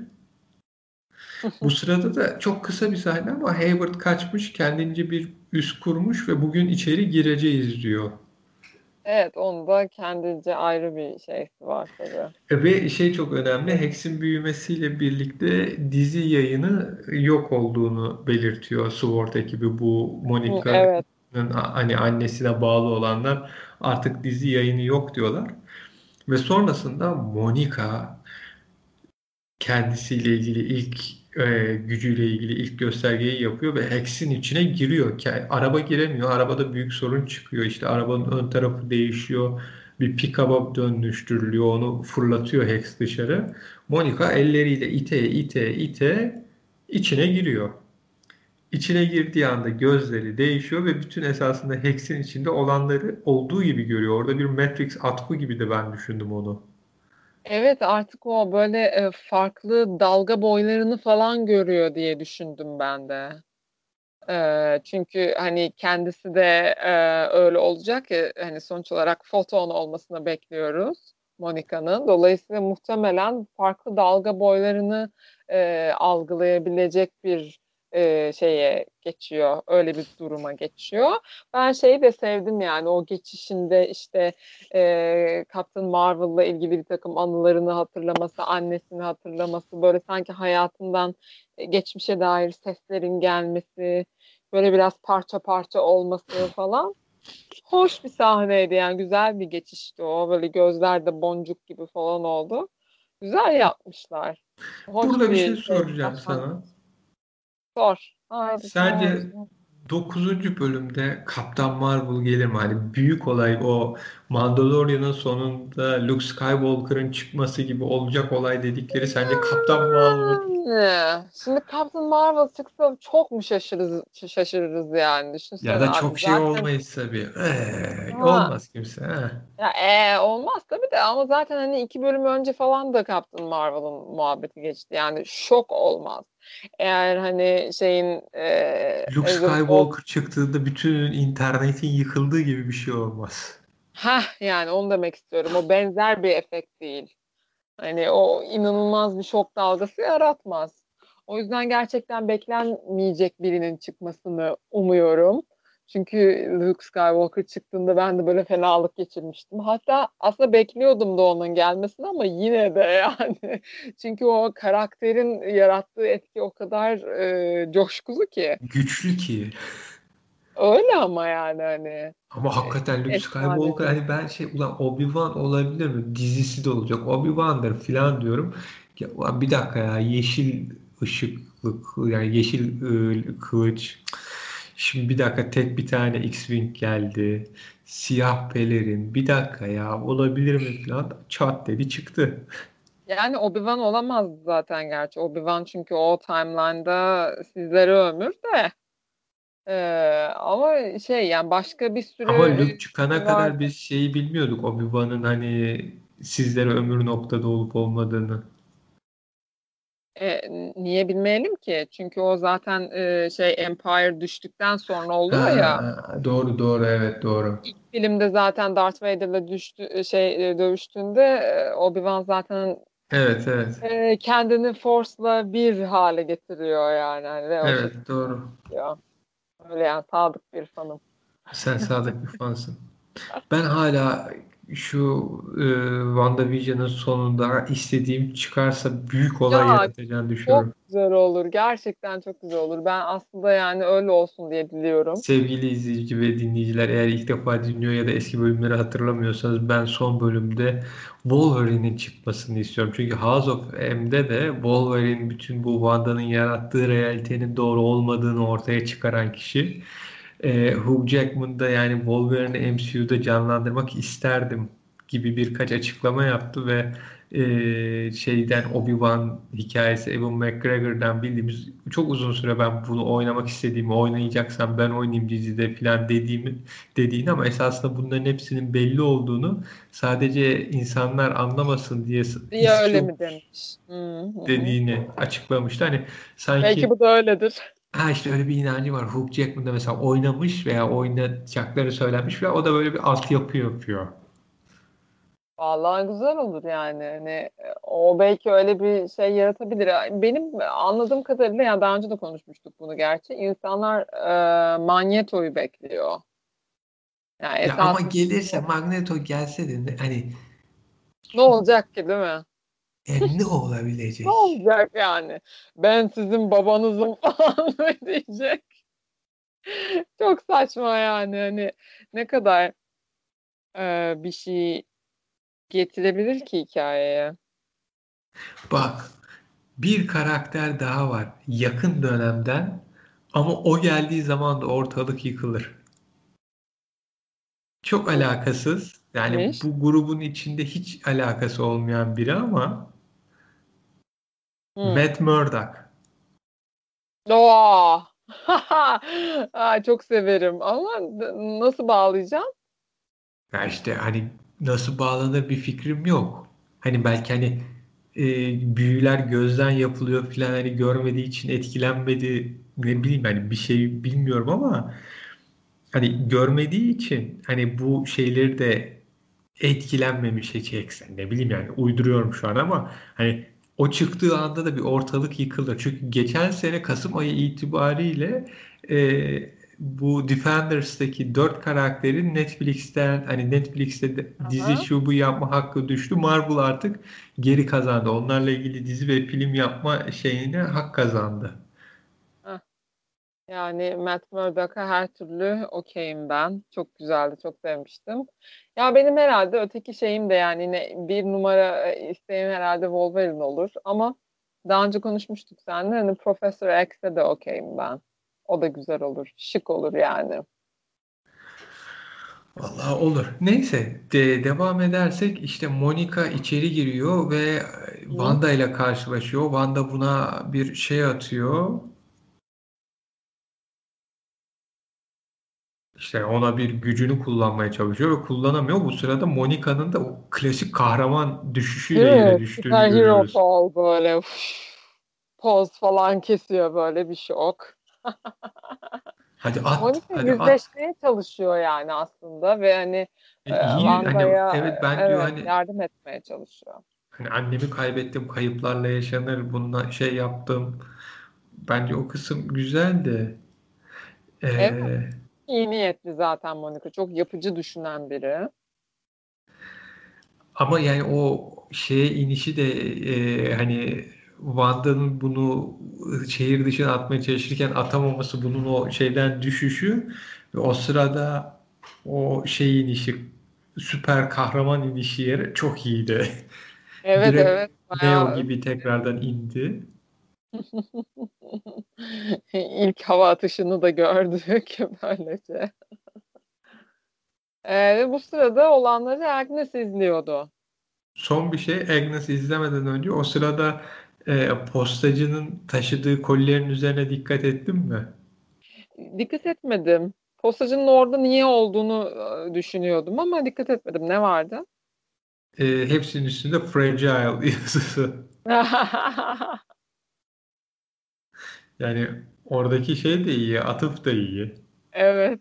Speaker 1: Bu sırada da çok kısa bir sahne ama Hayward kaçmış, kendince bir üs kurmuş ve bugün içeri gireceğiz diyor.
Speaker 2: evet, onun da kendince ayrı bir şeysi var tabii.
Speaker 1: E, Ve şey çok önemli, Hex'in büyümesiyle birlikte dizi yayını yok olduğunu belirtiyor SWORD ekibi. Bu
Speaker 2: Hı,
Speaker 1: Monica'nın
Speaker 2: evet.
Speaker 1: a- hani annesine bağlı olanlar artık dizi yayını yok diyorlar. Ve sonrasında Monica kendisiyle ilgili ilk e, gücüyle ilgili ilk göstergeyi yapıyor ve Hex'in içine giriyor. Ke- Araba giremiyor. Arabada büyük sorun çıkıyor. İşte arabanın ön tarafı değişiyor. Bir pick-up'a dönüştürülüyor. Onu fırlatıyor Hex dışarı. Monica elleriyle ite ite ite içine giriyor. İçine girdiği anda gözleri değişiyor ve bütün esasında Hex'in içinde olanları olduğu gibi görüyor. Orada bir Matrix atku gibi de ben düşündüm onu.
Speaker 2: Evet, artık o böyle e, farklı dalga boylarını falan görüyor diye düşündüm ben de. E, çünkü hani kendisi de e, öyle olacak ya, hani sonuç olarak foton olmasını bekliyoruz Monica'nın. Dolayısıyla muhtemelen farklı dalga boylarını e, algılayabilecek bir e, şeye geçiyor. Öyle bir duruma geçiyor. Ben şeyi de sevdim yani, o geçişinde işte e, Captain Marvel'la ilgili bir takım anılarını hatırlaması, annesini hatırlaması, böyle sanki hayatından e, geçmişe dair seslerin gelmesi, böyle biraz parça parça olması falan. Hoş bir sahneydi yani, güzel bir geçişti o. Böyle gözlerde boncuk gibi falan oldu. Güzel yapmışlar. Hoş
Speaker 1: Burada bir şey
Speaker 2: bir şey,
Speaker 1: soracağım
Speaker 2: başlangıç.
Speaker 1: sana.
Speaker 2: Sor. Haydi sor.
Speaker 1: Sence
Speaker 2: Sor.
Speaker 1: dokuzuncu bölümde Kaptan Marvel gelir mi? Hani büyük olay o Mandalorian'ın sonunda Luke Skywalker'ın çıkması gibi olacak olay dedikleri sence Kaptan Marvel
Speaker 2: Yani, şimdi Captain Marvel çıksa çok mu şaşırırız, şaşırırız yani?
Speaker 1: ya
Speaker 2: Düşünsene
Speaker 1: da
Speaker 2: abi,
Speaker 1: çok şey
Speaker 2: zaten
Speaker 1: olmayız tabii. Ee,
Speaker 2: ha,
Speaker 1: olmaz kimse. He.
Speaker 2: ya e, olmaz tabii de, ama zaten hani iki bölüm önce falan da Captain Marvel'ın muhabbeti geçti. Yani şok olmaz. Eğer hani şeyin e,
Speaker 1: Luke
Speaker 2: Agent Gold
Speaker 1: Skywalker çıktığında bütün internetin yıkıldığı gibi bir şey olmaz.
Speaker 2: Heh, yani onu demek istiyorum. O benzer bir efekt değil. Hani o inanılmaz bir şok dalgası yaratmaz. O yüzden gerçekten beklenmeyecek birinin çıkmasını umuyorum. Çünkü Luke Skywalker çıktığında ben de böyle fenalık geçirmiştim. Hatta aslında bekliyordum da onun gelmesini ama yine de yani. Çünkü o karakterin yarattığı etki o kadar e, coşkulu ki.
Speaker 1: Güçlü ki.
Speaker 2: Öyle ama yani hani
Speaker 1: Ama
Speaker 2: e,
Speaker 1: hakikaten Luke Skywalker,
Speaker 2: efsanevi.
Speaker 1: hani ben şey, ulan Obi-Wan olabilir mi? Dizisi de olacak. Obi-Wan'dır falan diyorum. Ya, ulan bir dakika ya, yeşil ışıklı kı- yani yeşil ıı, kılıç. Şimdi bir dakika, tek bir tane X-Wing geldi. Siyah pelerin. Bir dakika ya, olabilir mi falan. Çat dedi çıktı.
Speaker 2: Yani Obi-Wan olamaz zaten gerçi. Obi-Wan çünkü o timeline'da sizlere ömür de. Ee, ama şey yani başka bir sürü
Speaker 1: Ama Luke
Speaker 2: e,
Speaker 1: çıkana
Speaker 2: şey var.
Speaker 1: kadar biz şeyi bilmiyorduk. Obi-Wan'ın hani sizlere ömür noktada olup olmadığını.
Speaker 2: E, niye bilmeyelim ki? Çünkü o zaten e, şey Empire düştükten sonra oluyor ya.
Speaker 1: Ha, doğru doğru, evet doğru.
Speaker 2: İlk filmde zaten Darth Vader'la düştü e, şey e, dövüştüğünde e, Obi-Wan zaten
Speaker 1: Evet evet.
Speaker 2: e, kendini Force'la bir hale getiriyor yani. Hani ve o
Speaker 1: Evet
Speaker 2: şekilde
Speaker 1: doğru.
Speaker 2: ya. Öyle yani sadık bir fanım.
Speaker 1: Sen sadık bir fansın. Ben hala şu e, WandaVision'ın sonunda istediğim çıkarsa büyük olay
Speaker 2: Ya
Speaker 1: yaratacağını
Speaker 2: çok
Speaker 1: düşünüyorum.
Speaker 2: güzel olur. Gerçekten çok güzel olur. Ben aslında yani öyle olsun diye diliyorum.
Speaker 1: Sevgili izleyici ve dinleyiciler, eğer ilk defa dinliyor ya da eski bölümleri hatırlamıyorsanız, ben son bölümde Wolverine'in çıkmasını istiyorum. Çünkü House of M'de de Wolverine bütün bu Wanda'nın yarattığı realitenin doğru olmadığını ortaya çıkaran kişi. E, Hugh Jackman da yani Wolverine'i M C U'da canlandırmak isterdim gibi birkaç açıklama yaptı ve e, şeyden, Obi-Wan hikayesi, Ewan McGregor'dan bildiğimiz, çok uzun süre ben bunu oynamak istediğimi, oynayacaksam ben oynayayım dizide falan dediğimi dediğini, ama esasında bunların hepsinin belli olduğunu sadece insanlar anlamasın diye
Speaker 2: Diye öyle
Speaker 1: istiyor
Speaker 2: mi demiş? Hı hı hı.
Speaker 1: dediğini açıklamıştı. Hani
Speaker 2: Belki
Speaker 1: sanki,
Speaker 2: bu da öyledir.
Speaker 1: ha işte öyle bir inancı var. Hugh Jackman da mesela oynamış veya oynayacakları söylenmiş ve o da böyle bir altyapı yapıyor.
Speaker 2: Vallahi güzel olur yani. Hani e, o belki öyle bir şey yaratabilir. Benim anladığım kadarıyla ya daha önce de konuşmuştuk bunu gerçi. İnsanlar e, Magneto'yu bekliyor. Yani
Speaker 1: Ya ama
Speaker 2: esasında
Speaker 1: gelirse, Magneto gelse de ne- hani
Speaker 2: ne olacak ki değil mi?
Speaker 1: e, ne
Speaker 2: Ne
Speaker 1: olabilecek?
Speaker 2: olacak yani? Ben sizin babanızım falan mı diyecek? Çok saçma yani. Hani ne kadar e, bir şey getirebilir ki hikayeye?
Speaker 1: Bak, bir karakter daha var yakın dönemden, ama o geldiği zaman da ortalık yıkılır. Çok alakasız. Yani
Speaker 2: Kimmiş?
Speaker 1: bu grubun içinde hiç alakası olmayan biri ama
Speaker 2: Hı.
Speaker 1: Matt Murdock.
Speaker 2: Oha! Aa, çok severim ama d- nasıl bağlayacağım?
Speaker 1: Ya işte hani nasıl bağlanır bir fikrim yok. Hani belki hani e, büyüler gözden yapılıyor falan, hani görmediği için etkilenmedi, ne bileyim, hani bir şey bilmiyorum ama hani görmediği için hani bu şeyleri de etkilenmemiş hiç eksen, ne bileyim, yani uyduruyorum şu an ama hani o çıktığı anda da bir ortalık yıkılır. Çünkü geçen sene Kasım ayı itibariyle e, bu Defenders'taki dört karakterin Netflix'ten, hani Netflix'te de dizi
Speaker 2: Aha.
Speaker 1: şu bu yapma hakkı düştü. Marvel artık geri kazandı. Onlarla ilgili dizi ve film yapma şeyine hak kazandı.
Speaker 2: Heh. Yani Matt Murdock'a her türlü okeyim ben. Çok güzeldi, çok sevmiştim. Ya benim herhalde öteki şeyim de yani yine bir numara e, isteğim herhalde Wolverine olur. Ama daha önce konuşmuştuk seninle. Hani Professor X'e de okeyim ben. O da güzel olur, şık olur yani.
Speaker 1: Vallahi olur. Neyse, de, devam edersek, işte Monica içeri giriyor ve e,
Speaker 2: Hı.
Speaker 1: Wanda ile karşılaşıyor. Wanda buna bir şey atıyor. İşte ona bir gücünü kullanmaya çalışıyor ve kullanamıyor. Bu sırada Monica'nın da o klasik kahraman düşüşüyle
Speaker 2: Değil
Speaker 1: yere
Speaker 2: mi?
Speaker 1: düştüğünü
Speaker 2: Süper hero
Speaker 1: görüyoruz.
Speaker 2: fall böyle. Uf. Poz falan kesiyor böyle bir şok.
Speaker 1: Hadi at,
Speaker 2: Monica
Speaker 1: hadi at.
Speaker 2: yüzleşmeye çalışıyor yani aslında ve hani
Speaker 1: E,
Speaker 2: e,
Speaker 1: iyi hani
Speaker 2: Wanda'ya
Speaker 1: evet
Speaker 2: e,
Speaker 1: ben diyor
Speaker 2: evet
Speaker 1: hani
Speaker 2: yardım etmeye çalışıyor.
Speaker 1: hani annemi kaybettim, kayıplarla yaşanır, bununla şey yaptım. Bence o kısım güzeldi.
Speaker 2: Evet,
Speaker 1: Ee,
Speaker 2: iyi niyetli zaten Monica. Çok yapıcı düşünen biri.
Speaker 1: Ama yani o şeye inişi de e, hani Wanda'nın bunu şehir dışına atmaya çalışırken atamaması, bunun o şeyden düşüşü ve o sırada o şey inişi, süper kahraman inişi yeri çok iyiydi.
Speaker 2: Evet
Speaker 1: Direkt
Speaker 2: evet
Speaker 1: Neo
Speaker 2: bayağı
Speaker 1: gibi tekrardan indi.
Speaker 2: ilk hava atışını da gördük böylece. Ee, ve bu sırada olanları Agnes izliyordu.
Speaker 1: Son bir şey, Agnes izlemeden önce o sırada e, postacının taşıdığı kolilerin üzerine dikkat ettin mi?
Speaker 2: Dikkat etmedim. Postacının orada niye olduğunu e, düşünüyordum ama dikkat etmedim. Ne vardı?
Speaker 1: E, hepsinin üstünde Fragile yazısı. Yani oradaki şey de iyi, atıf da iyi.
Speaker 2: Evet.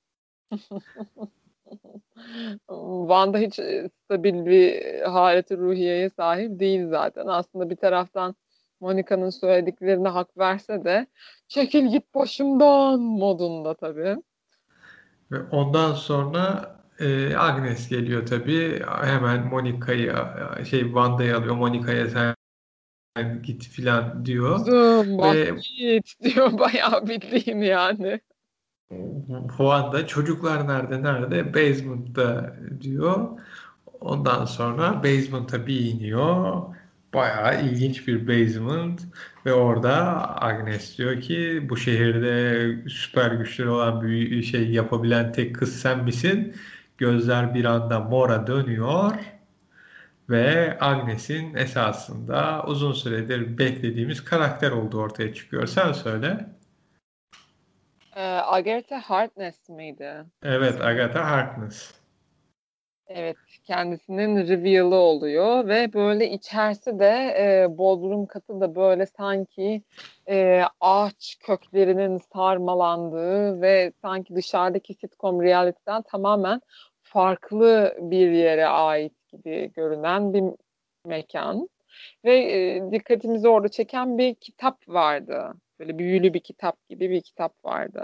Speaker 2: Wanda hiç e, stabil bir haleti ruhiyeye sahip değil zaten. Aslında bir taraftan Monica'nın söylediklerine hak verse de çekil git başımdan modunda tabii.
Speaker 1: Ve ondan sonra e, Agnes geliyor tabii. Hemen Monica'yı şey Wanda'yı alıyor. Monica'ya sen git filan diyor.
Speaker 2: Kızım bak
Speaker 1: Ve
Speaker 2: git diyor bayağı bildiğin yani.
Speaker 1: Wanda çocuklar nerede nerede? Basement'ta diyor. Ondan sonra basement'a bir iniyor. Bayağı ilginç bir basement ve orada Agnes diyor ki bu şehirde süper güçleri olan bir şey yapabilen tek kız sen misin? Gözler bir anda mora dönüyor ve Agnes'in esasında uzun süredir beklediğimiz karakter olduğu ortaya çıkıyor. Sen söyle.
Speaker 2: Ee, Agatha Harkness miydi
Speaker 1: Evet,
Speaker 2: ismi?
Speaker 1: Agatha Harkness.
Speaker 2: Evet, kendisinin reveal'ı oluyor ve böyle içerisi de e, bodrum katı da böyle sanki e, ağaç köklerinin sarmalandığı ve sanki dışarıdaki sitcom reality'den tamamen farklı bir yere ait gibi görünen bir mekan. Ve e, dikkatimizi orada çeken bir kitap vardı. Böyle büyülü bir kitap gibi bir kitap vardı.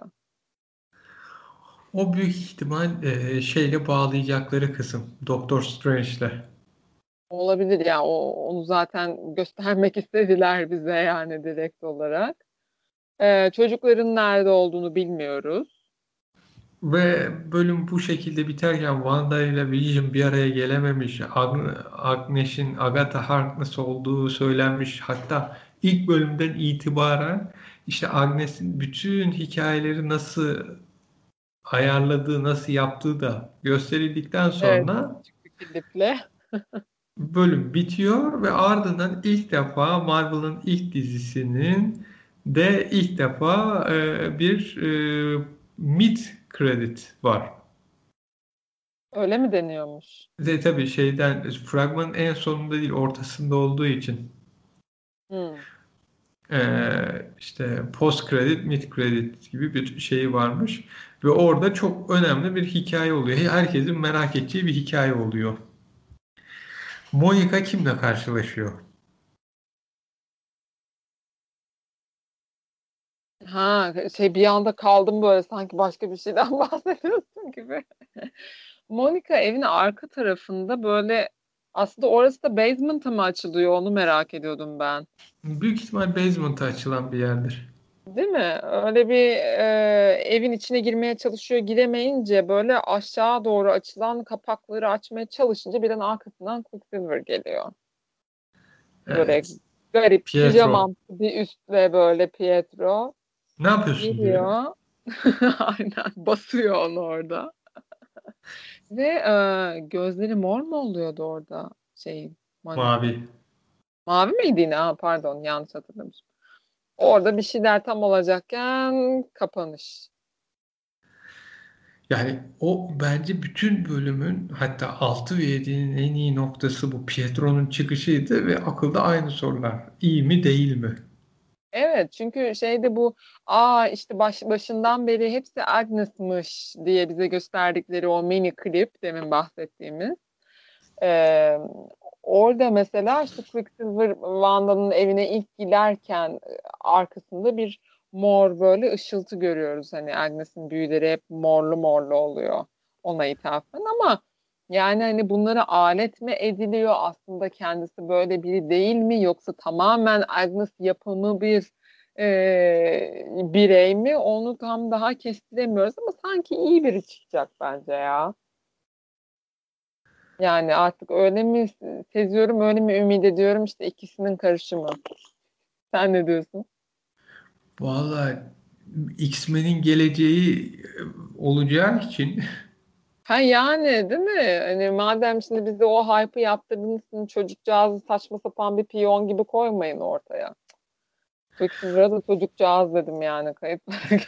Speaker 1: O büyük ihtimal e, şeyle bağlayacakları kısım. Doctor Strange'le.
Speaker 2: Olabilir ya o onu zaten göstermek istediler bize yani direkt olarak. Ee, çocukların nerede olduğunu bilmiyoruz.
Speaker 1: Ve bölüm bu şekilde biterken Wanda ile Vision bir araya gelememiş. Ag- Agnes'in Agatha Harkness olduğu söylenmiş. Hatta ilk bölümden itibaren işte Agnes'in bütün hikayeleri nasıl ayarladığı, nasıl yaptığı da gösterildikten
Speaker 2: Evet,
Speaker 1: sonra
Speaker 2: küçük bir kliple.
Speaker 1: bölüm bitiyor ve ardından ilk defa Marvel'ın ilk dizisinin de ilk defa e, bir e, mid credit var.
Speaker 2: Öyle mi deniyormuş?
Speaker 1: Ve tabii şeyden fragmanın en sonunda değil ortasında olduğu için
Speaker 2: Hmm.
Speaker 1: e, işte post credit, mid credit gibi bir şey varmış ve orada çok önemli bir hikaye oluyor. Herkesin merak edeceği bir hikaye oluyor. Monica kimle karşılaşıyor?
Speaker 2: Ha şey bir anda kaldım böyle sanki başka bir şeyden bahsediyorsun gibi. Monica evin arka tarafında böyle aslında orası da basement'a mı açılıyor onu merak ediyordum ben.
Speaker 1: Büyük ihtimal basement'a açılan bir yerdir.
Speaker 2: Değil mi? Öyle bir e, evin içine girmeye çalışıyor, giremeyince böyle aşağı doğru açılan kapakları açmaya çalışınca birden arkasından Quicksilver geliyor. Böyle
Speaker 1: Evet.
Speaker 2: garip
Speaker 1: Pietro.
Speaker 2: pijamamsı bir üstle böyle Pietro
Speaker 1: Ne yapıyorsun diyor.
Speaker 2: geliyor. Aynen basıyor onu orada. Ve e, gözleri mor mu oluyordu orada şeyin Monica'nın?
Speaker 1: Mavi.
Speaker 2: Mavi miydi yine? Ha, pardon yanlış hatırlamışım. Orada bir şeyler tam olacakken kapanış.
Speaker 1: Yani o bence bütün bölümün hatta altı ve yedinin en iyi noktası bu. Pietro'nun çıkışıydı ve akılda aynı sorular. İyi mi değil mi?
Speaker 2: Evet, çünkü şeyde bu aa işte baş, başından beri hepsi Agnes'mış diye bize gösterdikleri o mini klip demin bahsettiğimiz. Ee, Orada mesela işte Quicksilver Wanda'nın evine ilk giderken e, arkasında bir mor böyle ışıltı görüyoruz. Hani Agnes'in büyüleri hep morlu morlu oluyor ona ithafen ama yani hani bunlara alet mi ediliyor aslında kendisi böyle biri değil mi yoksa tamamen Agnes yapımı bir e, birey mi onu tam daha kestiremiyoruz ama sanki iyi biri çıkacak bence ya. Yani artık öyle mi seziyorum, öyle mi ümit ediyorum işte ikisinin karışımı. Sen ne diyorsun?
Speaker 1: Vallahi X-Men'in geleceği e, olacağı için
Speaker 2: Ha yani değil mi? Hani madem şimdi bize o hype'ı yaptırdınız, şimdi çocukcağızı saçma sapan bir piyon gibi koymayın ortaya. Quicksilver'a da çocukcağız dedim yani kayıtlar.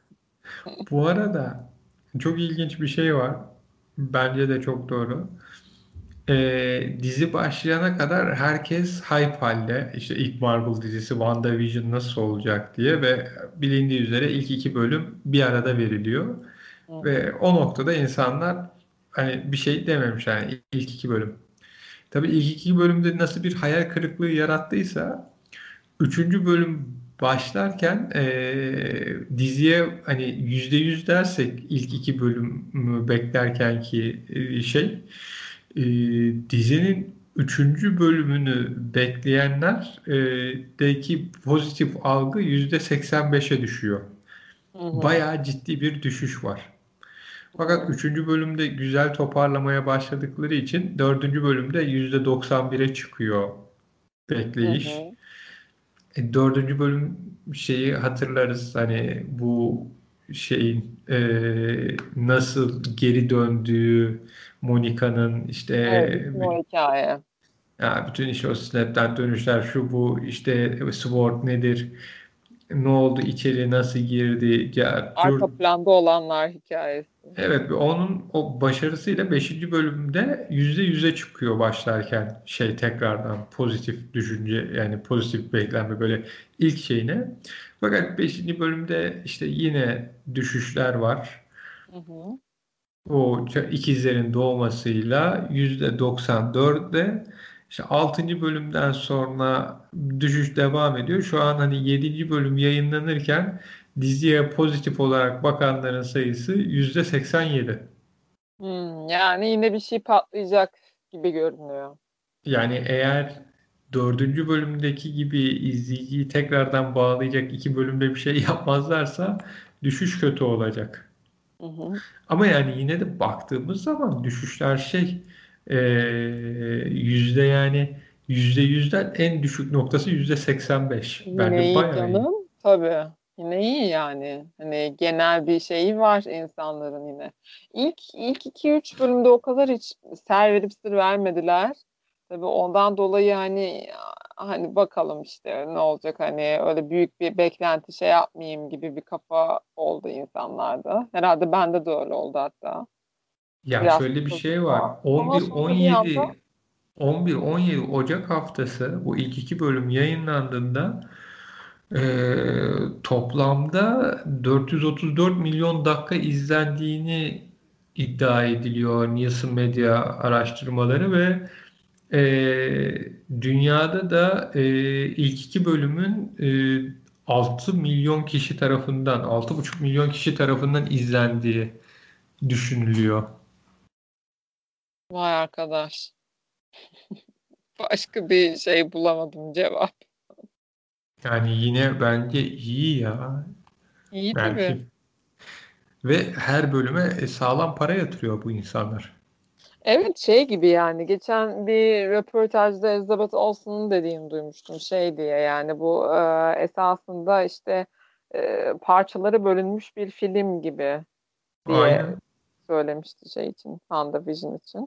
Speaker 1: bu arada çok ilginç bir şey var. Bence de çok doğru. Ee, dizi başlayana kadar herkes hype halde. İşte ilk Marvel dizisi WandaVision nasıl olacak diye ve bilindiği üzere ilk iki bölüm bir arada veriliyor.
Speaker 2: Hı
Speaker 1: Ve
Speaker 2: hı.
Speaker 1: o noktada insanlar hani bir şey dememiş yani ilk iki bölüm. Tabii ilk iki bölümde nasıl bir hayal kırıklığı yarattıysa üçüncü bölüm başlarken eee, diziye hani yüzde yüz dersek ilk iki bölümü beklerken ki eee, şey eee, dizinin üçüncü bölümünü bekleyenler eee, deki pozitif algı yüzde seksen beşe düşüyor.
Speaker 2: Hı hı.
Speaker 1: Bayağı ciddi bir düşüş var.
Speaker 2: Hı
Speaker 1: Fakat
Speaker 2: hı.
Speaker 1: üçüncü bölümde güzel toparlamaya başladıkları için dördüncü bölümde yüzde doksan bire çıkıyor
Speaker 2: Hı
Speaker 1: bekleyiş.
Speaker 2: hı.
Speaker 1: E, dördüncü bölüm şeyi hatırlarız hani bu şeyin e, nasıl geri döndüğü Monica'nın
Speaker 2: Evet,
Speaker 1: işte
Speaker 2: bütün o hikaye.
Speaker 1: ya bütün işte o Snap'ten dönüşler şu bu işte Sword nedir ne oldu içeri nasıl girdi ya,
Speaker 2: Arka planda olanlar hikayesi.
Speaker 1: evet, ve onun o başarısıyla beşinci bölümde yüzde yüze çıkıyor başlarken şey tekrardan pozitif düşünce yani pozitif beklenme böyle ilk şeyine. Fakat beşinci bölümde işte yine düşüşler var.
Speaker 2: Hı hı.
Speaker 1: O ç- ikizlerin doğmasıyla yüzde doksan dörtte işte altıncı bölümden sonra düşüş devam ediyor. Şu an hani yedinci bölüm yayınlanırken diziye pozitif olarak bakanların sayısı yüzde seksen yedi.
Speaker 2: Hmm, yani yine bir şey patlayacak gibi görünüyor.
Speaker 1: Yani eğer dördüncü bölümdeki gibi izleyiciyi tekrardan bağlayacak iki bölümde bir şey yapmazlarsa düşüş kötü olacak.
Speaker 2: Hı hı.
Speaker 1: Ama yani yine de baktığımız zaman düşüşler şey eee, yüzde yani yüzde yüzden en düşük noktası yüzde seksen beş.
Speaker 2: Yine
Speaker 1: Bence
Speaker 2: iyi
Speaker 1: bayağı iyi.
Speaker 2: canım. Tabii. Yine iyi yani. Hani genel bir şeyi var insanların yine. İlk ilk iki üç bölümde o kadar hiç ser verip sır vermediler. Tabii ondan dolayı hani hani bakalım işte ne olacak hani öyle büyük bir beklenti şey yapmayayım gibi bir kafa oldu insanlarda. Herhalde bende de öyle oldu hatta.
Speaker 1: Ya
Speaker 2: Biraz
Speaker 1: şöyle bir şey
Speaker 2: sıkıldım.
Speaker 1: var.
Speaker 2: Ama sonra bir anda
Speaker 1: on bir on yedi on bir on yedi Ocak haftası bu ilk iki bölüm yayınlandığında eee, toplamda dört yüz otuz dört milyon dakika izlendiğini iddia ediliyor Nielsen Medya araştırmaları ve eee, dünyada da eee, ilk iki bölümün eee altı milyon kişi tarafından altı buçuk milyon kişi tarafından izlendiği düşünülüyor.
Speaker 2: vay arkadaş. Başka bir şey bulamadım cevap.
Speaker 1: Yani yine bence iyi ya.
Speaker 2: İyi tabii.
Speaker 1: Belki. Ve her bölüme e, sağlam para yatırıyor bu insanlar.
Speaker 2: Evet şey gibi yani geçen bir röportajda Elizabeth Olsen'ın dediğini duymuştum şey diye yani bu e, esasında işte e, parçalara bölünmüş bir film gibi diye
Speaker 1: Aynen.
Speaker 2: söylemişti şey için WandaVision için.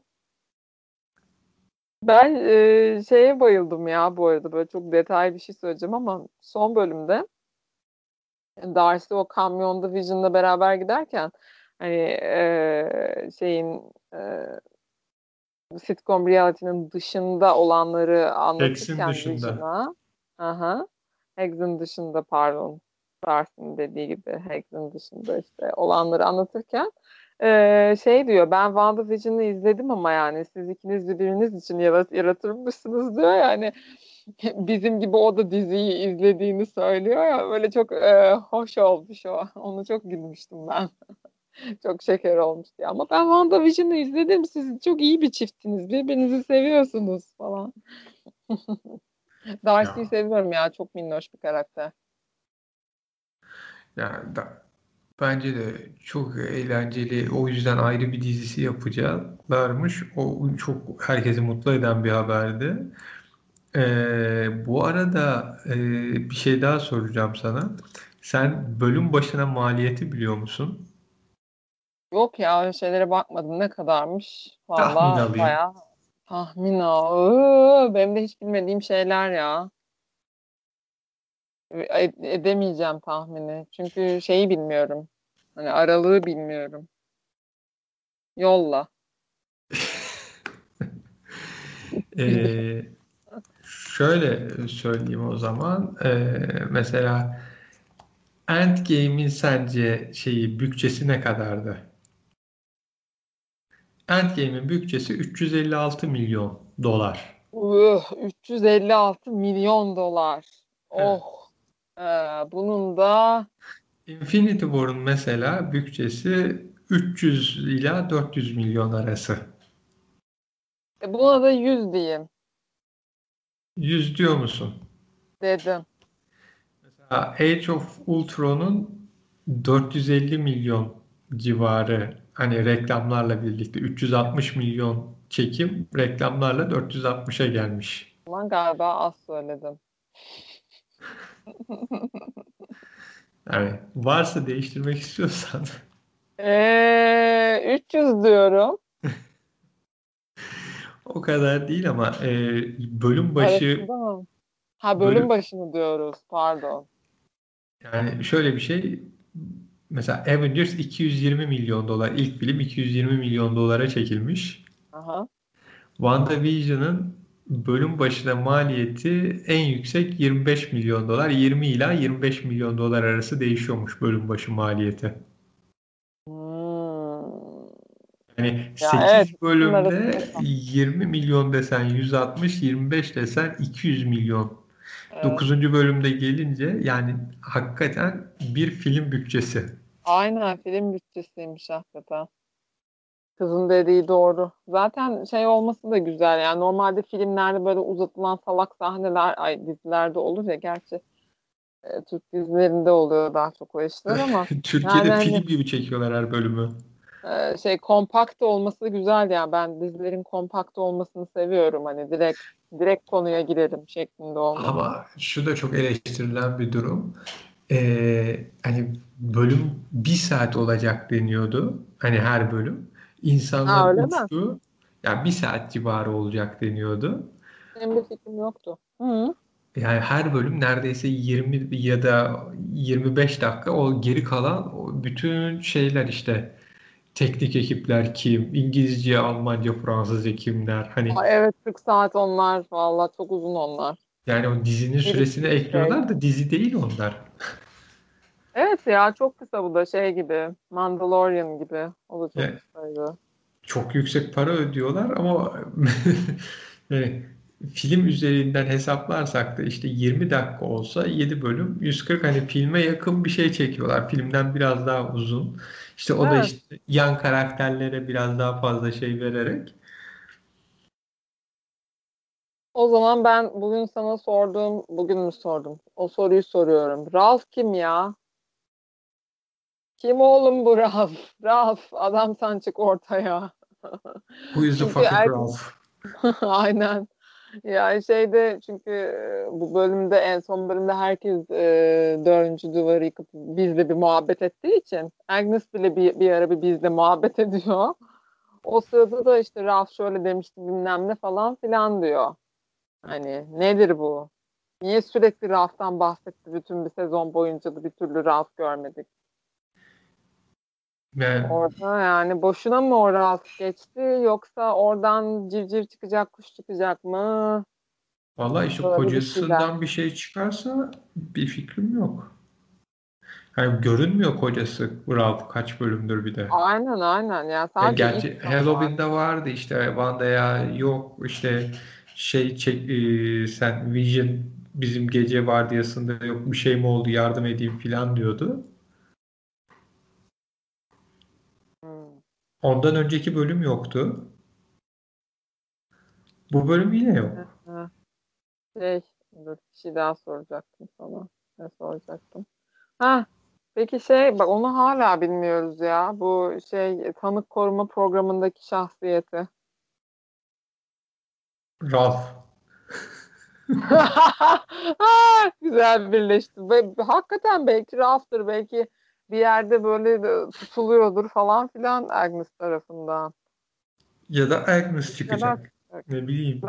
Speaker 2: Ben e, şeye bayıldım ya bu arada böyle çok detaylı bir şey söyleyeceğim ama son bölümde Darcy o kamyonda Vision'la beraber giderken hani e, şeyin e, sitcom reality'nin dışında olanları
Speaker 1: Ex'in
Speaker 2: anlatırken
Speaker 1: dışında.
Speaker 2: Vision'a aha, Hags'in dışında pardon. Stars'ın dediği gibi Hags'in dışında işte olanları anlatırken e, şey diyor ben WandaVision'ı izledim ama yani siz ikiniz birbiriniz için yarat yaratırmışsınız diyor yani bizim gibi o da diziyi izlediğini söylüyor ya böyle çok e, hoş olmuş o. Onu çok gülmüştüm ben. Çok şeker olmuştu ya. Ama ben WandaVision'ı izledim. Siz çok iyi bir çiftsiniz. Birbirinizi seviyorsunuz falan. Darcy'yi
Speaker 1: Ya,
Speaker 2: seviyorum ya. Çok minnoş bir karakter.
Speaker 1: yani da, bence de çok eğlenceli. O yüzden ayrı bir dizisi yapacaklarmış. O çok herkesi mutlu eden bir haberdi. Ee, bu arada e, bir şey daha soracağım sana. Sen bölüm başına maliyeti biliyor musun?
Speaker 2: Yok ya öyle şeylere bakmadım. Ne kadarmış?
Speaker 1: Tahmin
Speaker 2: Valla
Speaker 1: alayım.
Speaker 2: bayağı tahmin o. Benim de hiç bilmediğim şeyler ya. E- edemeyeceğim tahmini. Çünkü şeyi bilmiyorum. Hani aralığı bilmiyorum. Yolla.
Speaker 1: Ee, Şöyle söyleyeyim o zaman. Ee, mesela Endgame'in sence şeyi bütçesi ne kadardı? Endgame'in bütçesi üç yüz elli altı milyon dolar.
Speaker 2: Uh, üç yüz elli altı milyon dolar.
Speaker 1: Evet.
Speaker 2: Oh. Ee, bunun da
Speaker 1: Infinity War'un mesela bütçesi üç yüz ila dört yüz milyon arası.
Speaker 2: e, buna da yüz diyeyim
Speaker 1: yüz diyor musun?
Speaker 2: dedim.
Speaker 1: Mesela Age of Ultron'un dört yüz elli milyon civarı hani reklamlarla birlikte üç yüz altmış milyon çekim reklamlarla dört yüz altmışa gelmiş.
Speaker 2: Ama galiba az söyledim.
Speaker 1: Yani varsa değiştirmek istiyorsan
Speaker 2: Ee, üç yüz diyorum.
Speaker 1: o kadar değil ama e, bölüm başı
Speaker 2: Arasında mı? Ha bölüm
Speaker 1: bölüm
Speaker 2: başını diyoruz. Pardon.
Speaker 1: yani şöyle bir şey mesela Avengers iki yüz yirmi milyon dolar ilk film iki yüz yirmi milyon dolara çekilmiş.
Speaker 2: Aha.
Speaker 1: WandaVision'ın bölüm başına maliyeti en yüksek yirmi beş milyon dolar. yirmi ila yirmi beş milyon dolar arası değişiyormuş bölüm başı maliyeti.
Speaker 2: Hmm.
Speaker 1: Yani
Speaker 2: Ya evet
Speaker 1: sekiz
Speaker 2: ikisinin
Speaker 1: bölümde
Speaker 2: arasında kal.
Speaker 1: yirmi milyon desen yüz altmış, yirmi beş desen iki yüz milyon.
Speaker 2: Evet.
Speaker 1: Dokuzuncu bölümde gelince yani hakikaten bir film bütçesi.
Speaker 2: Aynen film bütçesiymiş hakikaten. Kızın dediği doğru. Zaten şey olması da güzel yani normalde filmlerde böyle uzatılan salak sahneler ay dizilerde olur ya gerçi e, Türk dizilerinde oluyor daha çok o işler ama yani
Speaker 1: Türkiye'de
Speaker 2: hani
Speaker 1: film gibi çekiyorlar her bölümü.
Speaker 2: e, şey kompakt olması güzel ya ben dizilerin kompakt olmasını seviyorum hani direkt direkt konuya girelim şeklinde olması.
Speaker 1: Ama şu da çok eleştirilen bir durum. Ee, hani bölüm bir saat olacak deniyordu. Hani her bölüm. İnsanlar
Speaker 2: Ha öyle mi?
Speaker 1: uçtu. Ya bir saat civarı olacak deniyordu.
Speaker 2: Benim bir fikrim yoktu. Hı.
Speaker 1: Yani her bölüm neredeyse yirmi ya da yirmi beş dakika o geri kalan o bütün şeyler işte teknik ekipler kim, İngilizce, Almanca, Fransızca kimler hani
Speaker 2: Aa, evet kırk saat onlar valla çok uzun onlar.
Speaker 1: yani o dizinin
Speaker 2: Bir
Speaker 1: süresini
Speaker 2: şey.
Speaker 1: ekliyorlar da dizi değil onlar.
Speaker 2: Evet ya çok kısa bu da şey gibi Mandalorian gibi o da çok
Speaker 1: Yani
Speaker 2: kısaydı.
Speaker 1: çok yüksek para ödüyorlar ama yani film üzerinden hesaplarsak da işte yirmi dakika olsa yedi bölüm yüz kırk hani filme yakın bir şey çekiyorlar. Filmden biraz daha uzun. İşte o da
Speaker 2: Evet.
Speaker 1: işte yan karakterlere biraz daha fazla şey vererek.
Speaker 2: O zaman ben bugün sana sorduğum, bugün mü sordum? O soruyu soruyorum. Ralph kim ya? Kim oğlum bu Ralph? Ralph, adam sen çık ortaya.
Speaker 1: Who is the
Speaker 2: Çünkü
Speaker 1: fucking
Speaker 2: er...
Speaker 1: Ralph?
Speaker 2: aynen. Yani şeyde çünkü e, bu bölümde en son bölümde herkes e, dördüncü duvarı yıkıp bizle bir muhabbet ettiği için Agnes bile bir, bir ara bir bizle muhabbet ediyor. O sırada da işte Ralph şöyle demişti bilmem ne falan filan diyor. Hani nedir bu? Niye sürekli Ralph'tan bahsetti bütün bir sezon boyunca da bir türlü Ralph görmedik.
Speaker 1: Yani
Speaker 2: Orada yani boşuna mı o Ralph geçti yoksa oradan civciv çıkacak kuş çıkacak mı?
Speaker 1: Vallahi işte
Speaker 2: Böyle bir şeyler.
Speaker 1: kocasından bir şey çıkarsa bir fikrim yok. Yani görünmüyor kocası Ralph kaç bölümdür bir de.
Speaker 2: Aynen aynen. Yani
Speaker 1: Ya
Speaker 2: sadece ilk
Speaker 1: gerçi
Speaker 2: kan var.
Speaker 1: Halloween'de vardı işte Wanda'ya yok işte şey çek, e, sen Vision bizim gece vardiyasında yok bir şey mi oldu yardım edeyim falan diyordu.
Speaker 2: Hmm.
Speaker 1: Ondan önceki bölüm yoktu. Bu bölüm yine yok.
Speaker 2: Ha, şey, dur, bir şey daha soracaktım sana. Ne soracaktım? Ha, peki şey, bak onu hala bilmiyoruz ya. Bu şey tanık koruma programındaki şahsiyeti.
Speaker 1: Ralph.
Speaker 2: Ah, güzel birleşti. Ve hakikaten belki Ralph'tır. Belki bir yerde böyle de tutuluyordur falan filan Agnes tarafından.
Speaker 1: Ya da Agnes
Speaker 2: Merak
Speaker 1: çıkacak.
Speaker 2: ettim.
Speaker 1: Ne bileyim.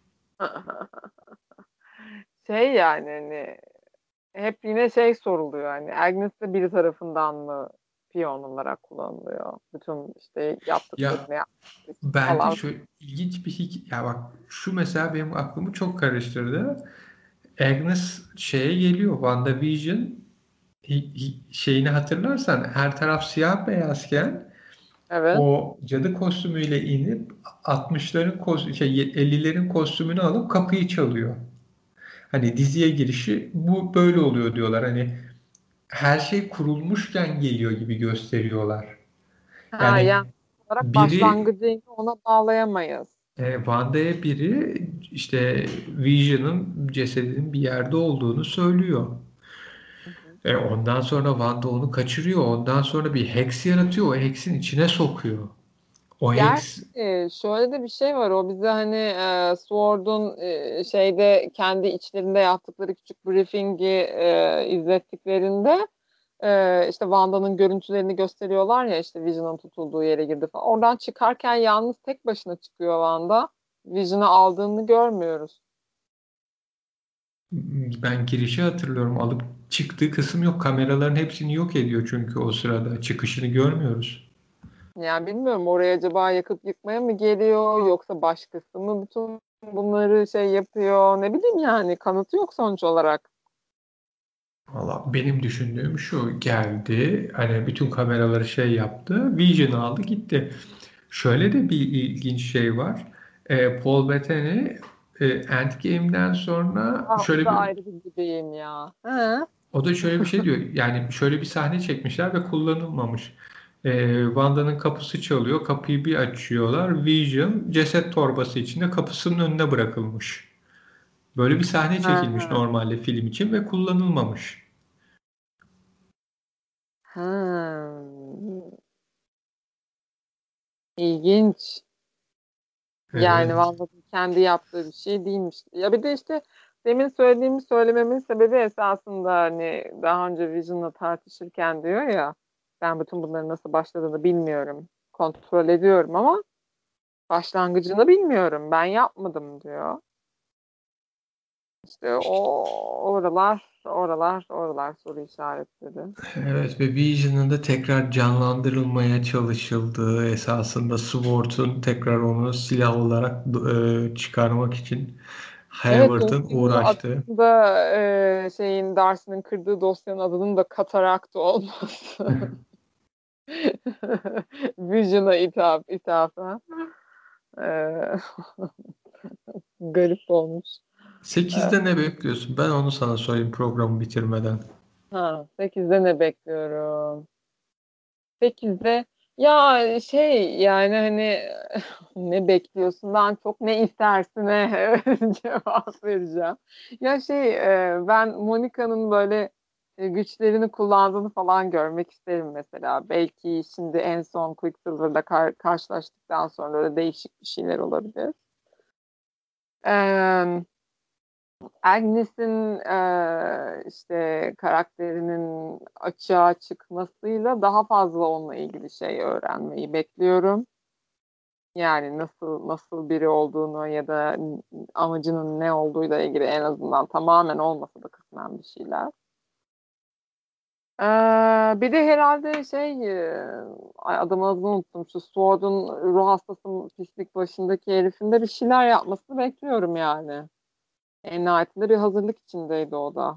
Speaker 2: Şey yani hani hep yine şey soruluyor hani Agnes de biri tarafından mı piyon olarak kullanılıyor? Bütün işte
Speaker 1: Ya
Speaker 2: yaptıklarını yapmak için
Speaker 1: bence
Speaker 2: falan.
Speaker 1: şöyle ilginç bir hikaye. Ya bak şu mesela benim aklımı çok karıştırdı. Agnes şeye geliyor. WandaVision hi- hi- şeyini hatırlarsan her taraf siyah beyazken
Speaker 2: Evet.
Speaker 1: o cadı kostümüyle inip altmışların kos şey ellilerin kostümünü alıp kapıyı çalıyor. Hani diziye girişi bu böyle oluyor diyorlar. Hani her şey kurulmuşken geliyor gibi gösteriyorlar.
Speaker 2: Ha
Speaker 1: Yani
Speaker 2: yani olarak
Speaker 1: biri
Speaker 2: başlangıcını ona bağlayamayız.
Speaker 1: e, Wanda'ya biri işte Vision'ın cesedinin bir yerde olduğunu söylüyor.
Speaker 2: Hı hı.
Speaker 1: E, ondan sonra Wanda onu kaçırıyor. Ondan sonra bir Hex yaratıyor. O Hex'in içine sokuyor. O Hex
Speaker 2: Gerçi şöyle de bir şey var. O bize hani e, Sword'un e, şeyde kendi içlerinde yaptıkları küçük briefingi e, izlettiklerinde e, işte Wanda'nın görüntülerini gösteriyorlar ya işte Vision'ın tutulduğu yere girdi falan. Oradan çıkarken yalnız tek başına çıkıyor Wanda. Vision'ı aldığını görmüyoruz.
Speaker 1: ben girişi hatırlıyorum. Alıp çıktığı kısım yok. Kameraların hepsini yok ediyor çünkü o sırada. Çıkışını görmüyoruz.
Speaker 2: Yani bilmiyorum oraya acaba yakıp yıkmaya mı geliyor yoksa başkası mı bütün bunları şey yapıyor ne bileyim yani kanıtı yok sonuç olarak.
Speaker 1: Valla benim düşündüğüm şu geldi. Hani bütün kameraları şey yaptı. Vision'ı aldı gitti. Şöyle de bir ilginç şey var. E, Paul Bettany e, Endgame'den sonra
Speaker 2: Ah, o
Speaker 1: şöyle
Speaker 2: da
Speaker 1: bir
Speaker 2: ayrı bir gideyim ya. Hı.
Speaker 1: o da şöyle bir şey diyor. Yani şöyle bir sahne çekmişler ve kullanılmamış. E, Wanda'nın kapısı çalıyor. Kapıyı bir açıyorlar. Vision ceset torbası içinde kapısının önüne bırakılmış. Böyle bir sahne çekilmiş
Speaker 2: Ha.
Speaker 1: normalde film için ve kullanılmamış.
Speaker 2: Ha. İlginç. Yani
Speaker 1: Evet.
Speaker 2: vallahi kendi yaptığı bir şey değilmiş. Ya bir de işte demin söylediğimi söylememin sebebi esasında hani daha önce Vision'la tartışırken diyor ya ben bütün bunların nasıl başladığını bilmiyorum. Kontrol ediyorum ama başlangıcını bilmiyorum. Ben yapmadım diyor. İşte o oralar, oralar, oralar soru işaretleri.
Speaker 1: Evet ve Vision'ın da tekrar canlandırılmaya çalışıldığı esasında Sword'un tekrar onu silah olarak e, çıkarmak için
Speaker 2: Evet,
Speaker 1: Hayward'ın
Speaker 2: Tolkien'in
Speaker 1: uğraştığı.
Speaker 2: adında e, şeyin Darcy'nin kırdığı dosyanın adının da Katarakt olması. Vision'a ithaf, ithafen. E, garip olmuş. E,
Speaker 1: sekizde ne bekliyorsun? Ben onu sana sorayım programı bitirmeden.
Speaker 2: ha, sekizde ne bekliyorum? Sekizde ya şey yani hani ne bekliyorsun ben çok ne istersine cevap vereceğim. Ya şey e, ben Monica'nın böyle e, güçlerini kullandığını falan görmek isterim mesela. Belki şimdi en son Quicksilver'la kar- karşılaştıktan sonra öyle değişik bir şeyler olabilir. Ee, Agnes'in e, işte karakterinin açığa çıkmasıyla daha fazla onunla ilgili şey öğrenmeyi bekliyorum. Yani nasıl nasıl biri olduğunu ya da amacının ne olduğuyla ilgili en azından tamamen olmasa da kısmen bir şeyler. Ee, bir de herhalde şey e, ay adamın adını unuttum. Şu Sword'un ruh hastası pislik başındaki herifin de bir şeyler yapmasını bekliyorum yani. En nihayetinde bir hazırlık içindeydi o da.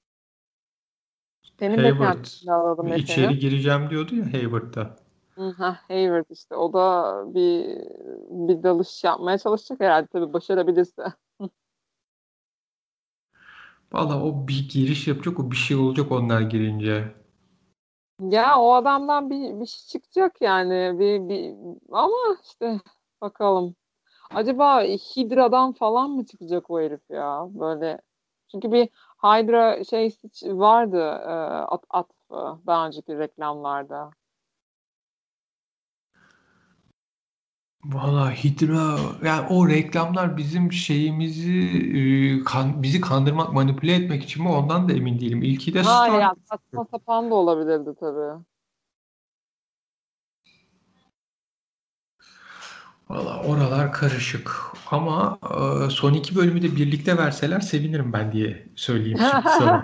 Speaker 2: Senin
Speaker 1: Hayward
Speaker 2: beklentilerini alalım efendim.
Speaker 1: içeri gireceğim diyordu ya Hayward'da.
Speaker 2: Hı, heh, Hayward işte. O da bir bir dalış yapmaya çalışacak herhalde tabii başarabilirse.
Speaker 1: Valla o bir giriş yapacak, o bir şey olacak onlar girince.
Speaker 2: Ya o adamdan bir, bir şey çıkacak yani. Bir, bir, ama işte bakalım. Acaba Hydra'dan falan mı çıkacak o herif ya? Böyle çünkü bir Hydra şey vardı e, at, at e, daha önceki reklamlarda.
Speaker 1: Valla Hidra, yani o reklamlar bizim şeyimizi e, kan- bizi kandırmak, manipüle etmek için mi ondan da emin değilim. İlki de
Speaker 2: Ha
Speaker 1: Star.
Speaker 2: ya saçma sapan da olabilirdi tabii.
Speaker 1: Valla oralar karışık ama e, son iki bölümü de birlikte verseler sevinirim ben diye söyleyeyim şimdi sana.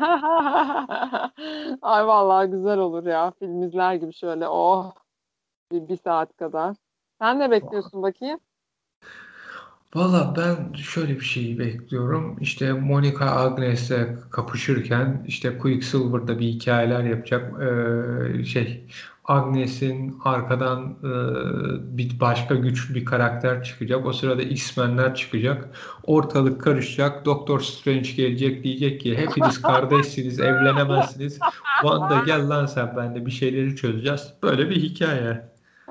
Speaker 2: Ay vallahi güzel olur ya. Film izler gibi şöyle oh bir, bir saat kadar. Sen ne bekliyorsun bakayım?
Speaker 1: Valla ben şöyle bir şeyi bekliyorum. İşte Monica Agnes'le kapışırken işte Quicksilver'da bir hikayeler yapacak. Ee, şey Agnes'in arkadan e, bir başka güçlü bir karakter çıkacak. O sırada X-Men'ler çıkacak. Ortalık karışacak. Doktor Strange gelecek diyecek ki hepiniz kardeşsiniz, evlenemezsiniz. Wanda gel lan sen benimle bir şeyleri çözeceğiz. Böyle bir hikaye.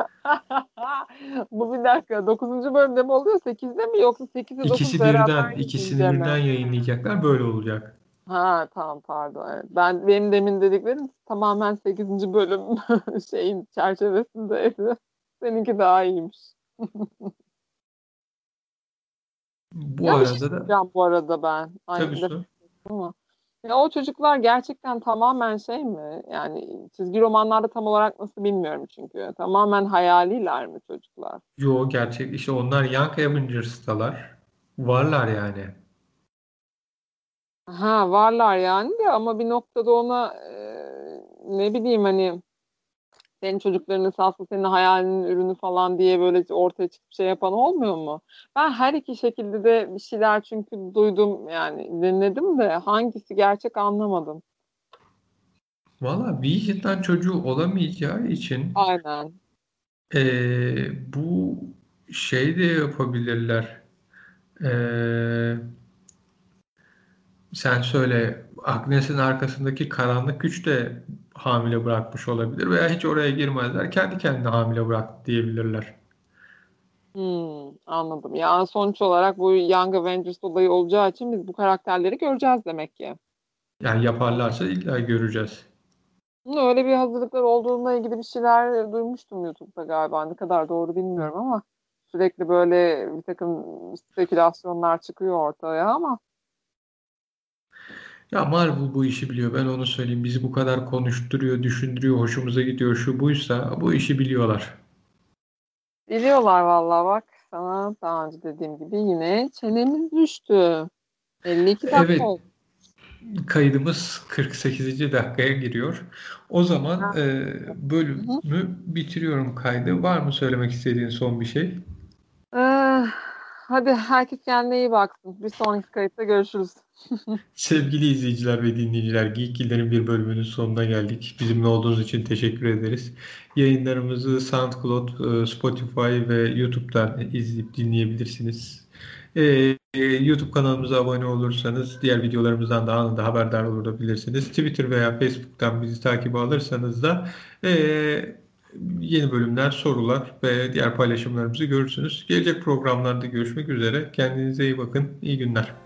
Speaker 2: Bu bir dakika. Dokuzuncu bölümde mi oluyor? Sekizde mi yoksa sekiz dokuz
Speaker 1: İkisi birden,
Speaker 2: beraber
Speaker 1: ikisini
Speaker 2: yayınlayınca
Speaker 1: birden
Speaker 2: mı?
Speaker 1: yayınlayacaklar. Böyle olacak.
Speaker 2: Ha tamam pardon. Evet. Ben benim demin dediklerim tamamen sekizinci bölüm şeyin çerçevesindeydi. Seninki daha iyiymiş.
Speaker 1: Bu
Speaker 2: Ya bir şey
Speaker 1: arada da
Speaker 2: soracağım bu arada ben. Ay
Speaker 1: tabii
Speaker 2: laf
Speaker 1: su.
Speaker 2: ama. Ya o çocuklar gerçekten tamamen şey mi? Yani çizgi romanlarda tam olarak nasıl bilmiyorum çünkü. Tamamen hayaliler mi çocuklar?
Speaker 1: Yo, gerçek işte onlar Young Avengers'talar. Varlar yani.
Speaker 2: Ha varlar yani de ama bir noktada ona e, ne bileyim hani senin çocukların esasında senin hayalinin ürünü falan diye böyle ortaya çıkıp şey yapan olmuyor mu? Ben her iki şekilde de bir şeyler çünkü duydum yani dinledim de hangisi gerçek anlamadım.
Speaker 1: Valla bir yaşından çocuğu olamayacağı için
Speaker 2: Aynen.
Speaker 1: eee, bu şey de yapabilirler. Eee, sen söyle, Agnes'in arkasındaki karanlık güç de hamile bırakmış olabilir veya hiç oraya girmezler. Kendi kendine hamile bıraktı diyebilirler.
Speaker 2: Hmm, anladım. Ya sonuç olarak bu Young Avengers olayı olacağı için biz bu karakterleri göreceğiz demek ki.
Speaker 1: Yani yaparlarsa illa göreceğiz.
Speaker 2: Hı, öyle bir hazırlıklar olduğuna ilgili bir şeyler duymuştum YouTube'da galiba. Ne kadar doğru bilmiyorum ama sürekli böyle bir takım spekülasyonlar çıkıyor ortaya ama
Speaker 1: Ya Marvel bu işi biliyor. Ben onu söyleyeyim. Bizi bu kadar konuşturuyor, düşündürüyor, hoşumuza gidiyor. Şu buysa bu işi biliyorlar.
Speaker 2: biliyorlar vallahi bak sana daha önce dediğim gibi yine çenemiz düştü. elli iki dakika
Speaker 1: Evet,
Speaker 2: oldu.
Speaker 1: kaydımız kırk sekizinci dakikaya giriyor. O zaman
Speaker 2: Ha,
Speaker 1: e,
Speaker 2: hı hı.
Speaker 1: bölümü bitiriyorum kaydı. Var mı söylemek istediğin son bir şey?
Speaker 2: Eh, hadi herkes kendine iyi baksın. Bir sonraki kayıtta görüşürüz.
Speaker 1: Sevgili izleyiciler ve dinleyiciler, Geekgiller'in bir bölümünün sonuna geldik. Bizimle olduğunuz için teşekkür ederiz. Yayınlarımızı SoundCloud, e, Spotify ve YouTube'dan izleyip dinleyebilirsiniz. E, e, YouTube kanalımıza abone olursanız diğer videolarımızdan da anında haberdar olabilirsiniz. Twitter veya Facebook'tan bizi takip alırsanız da e, yeni bölümler, sorular ve diğer paylaşımlarımızı görürsünüz. Gelecek programlarda görüşmek üzere. Kendinize iyi bakın. İyi günler.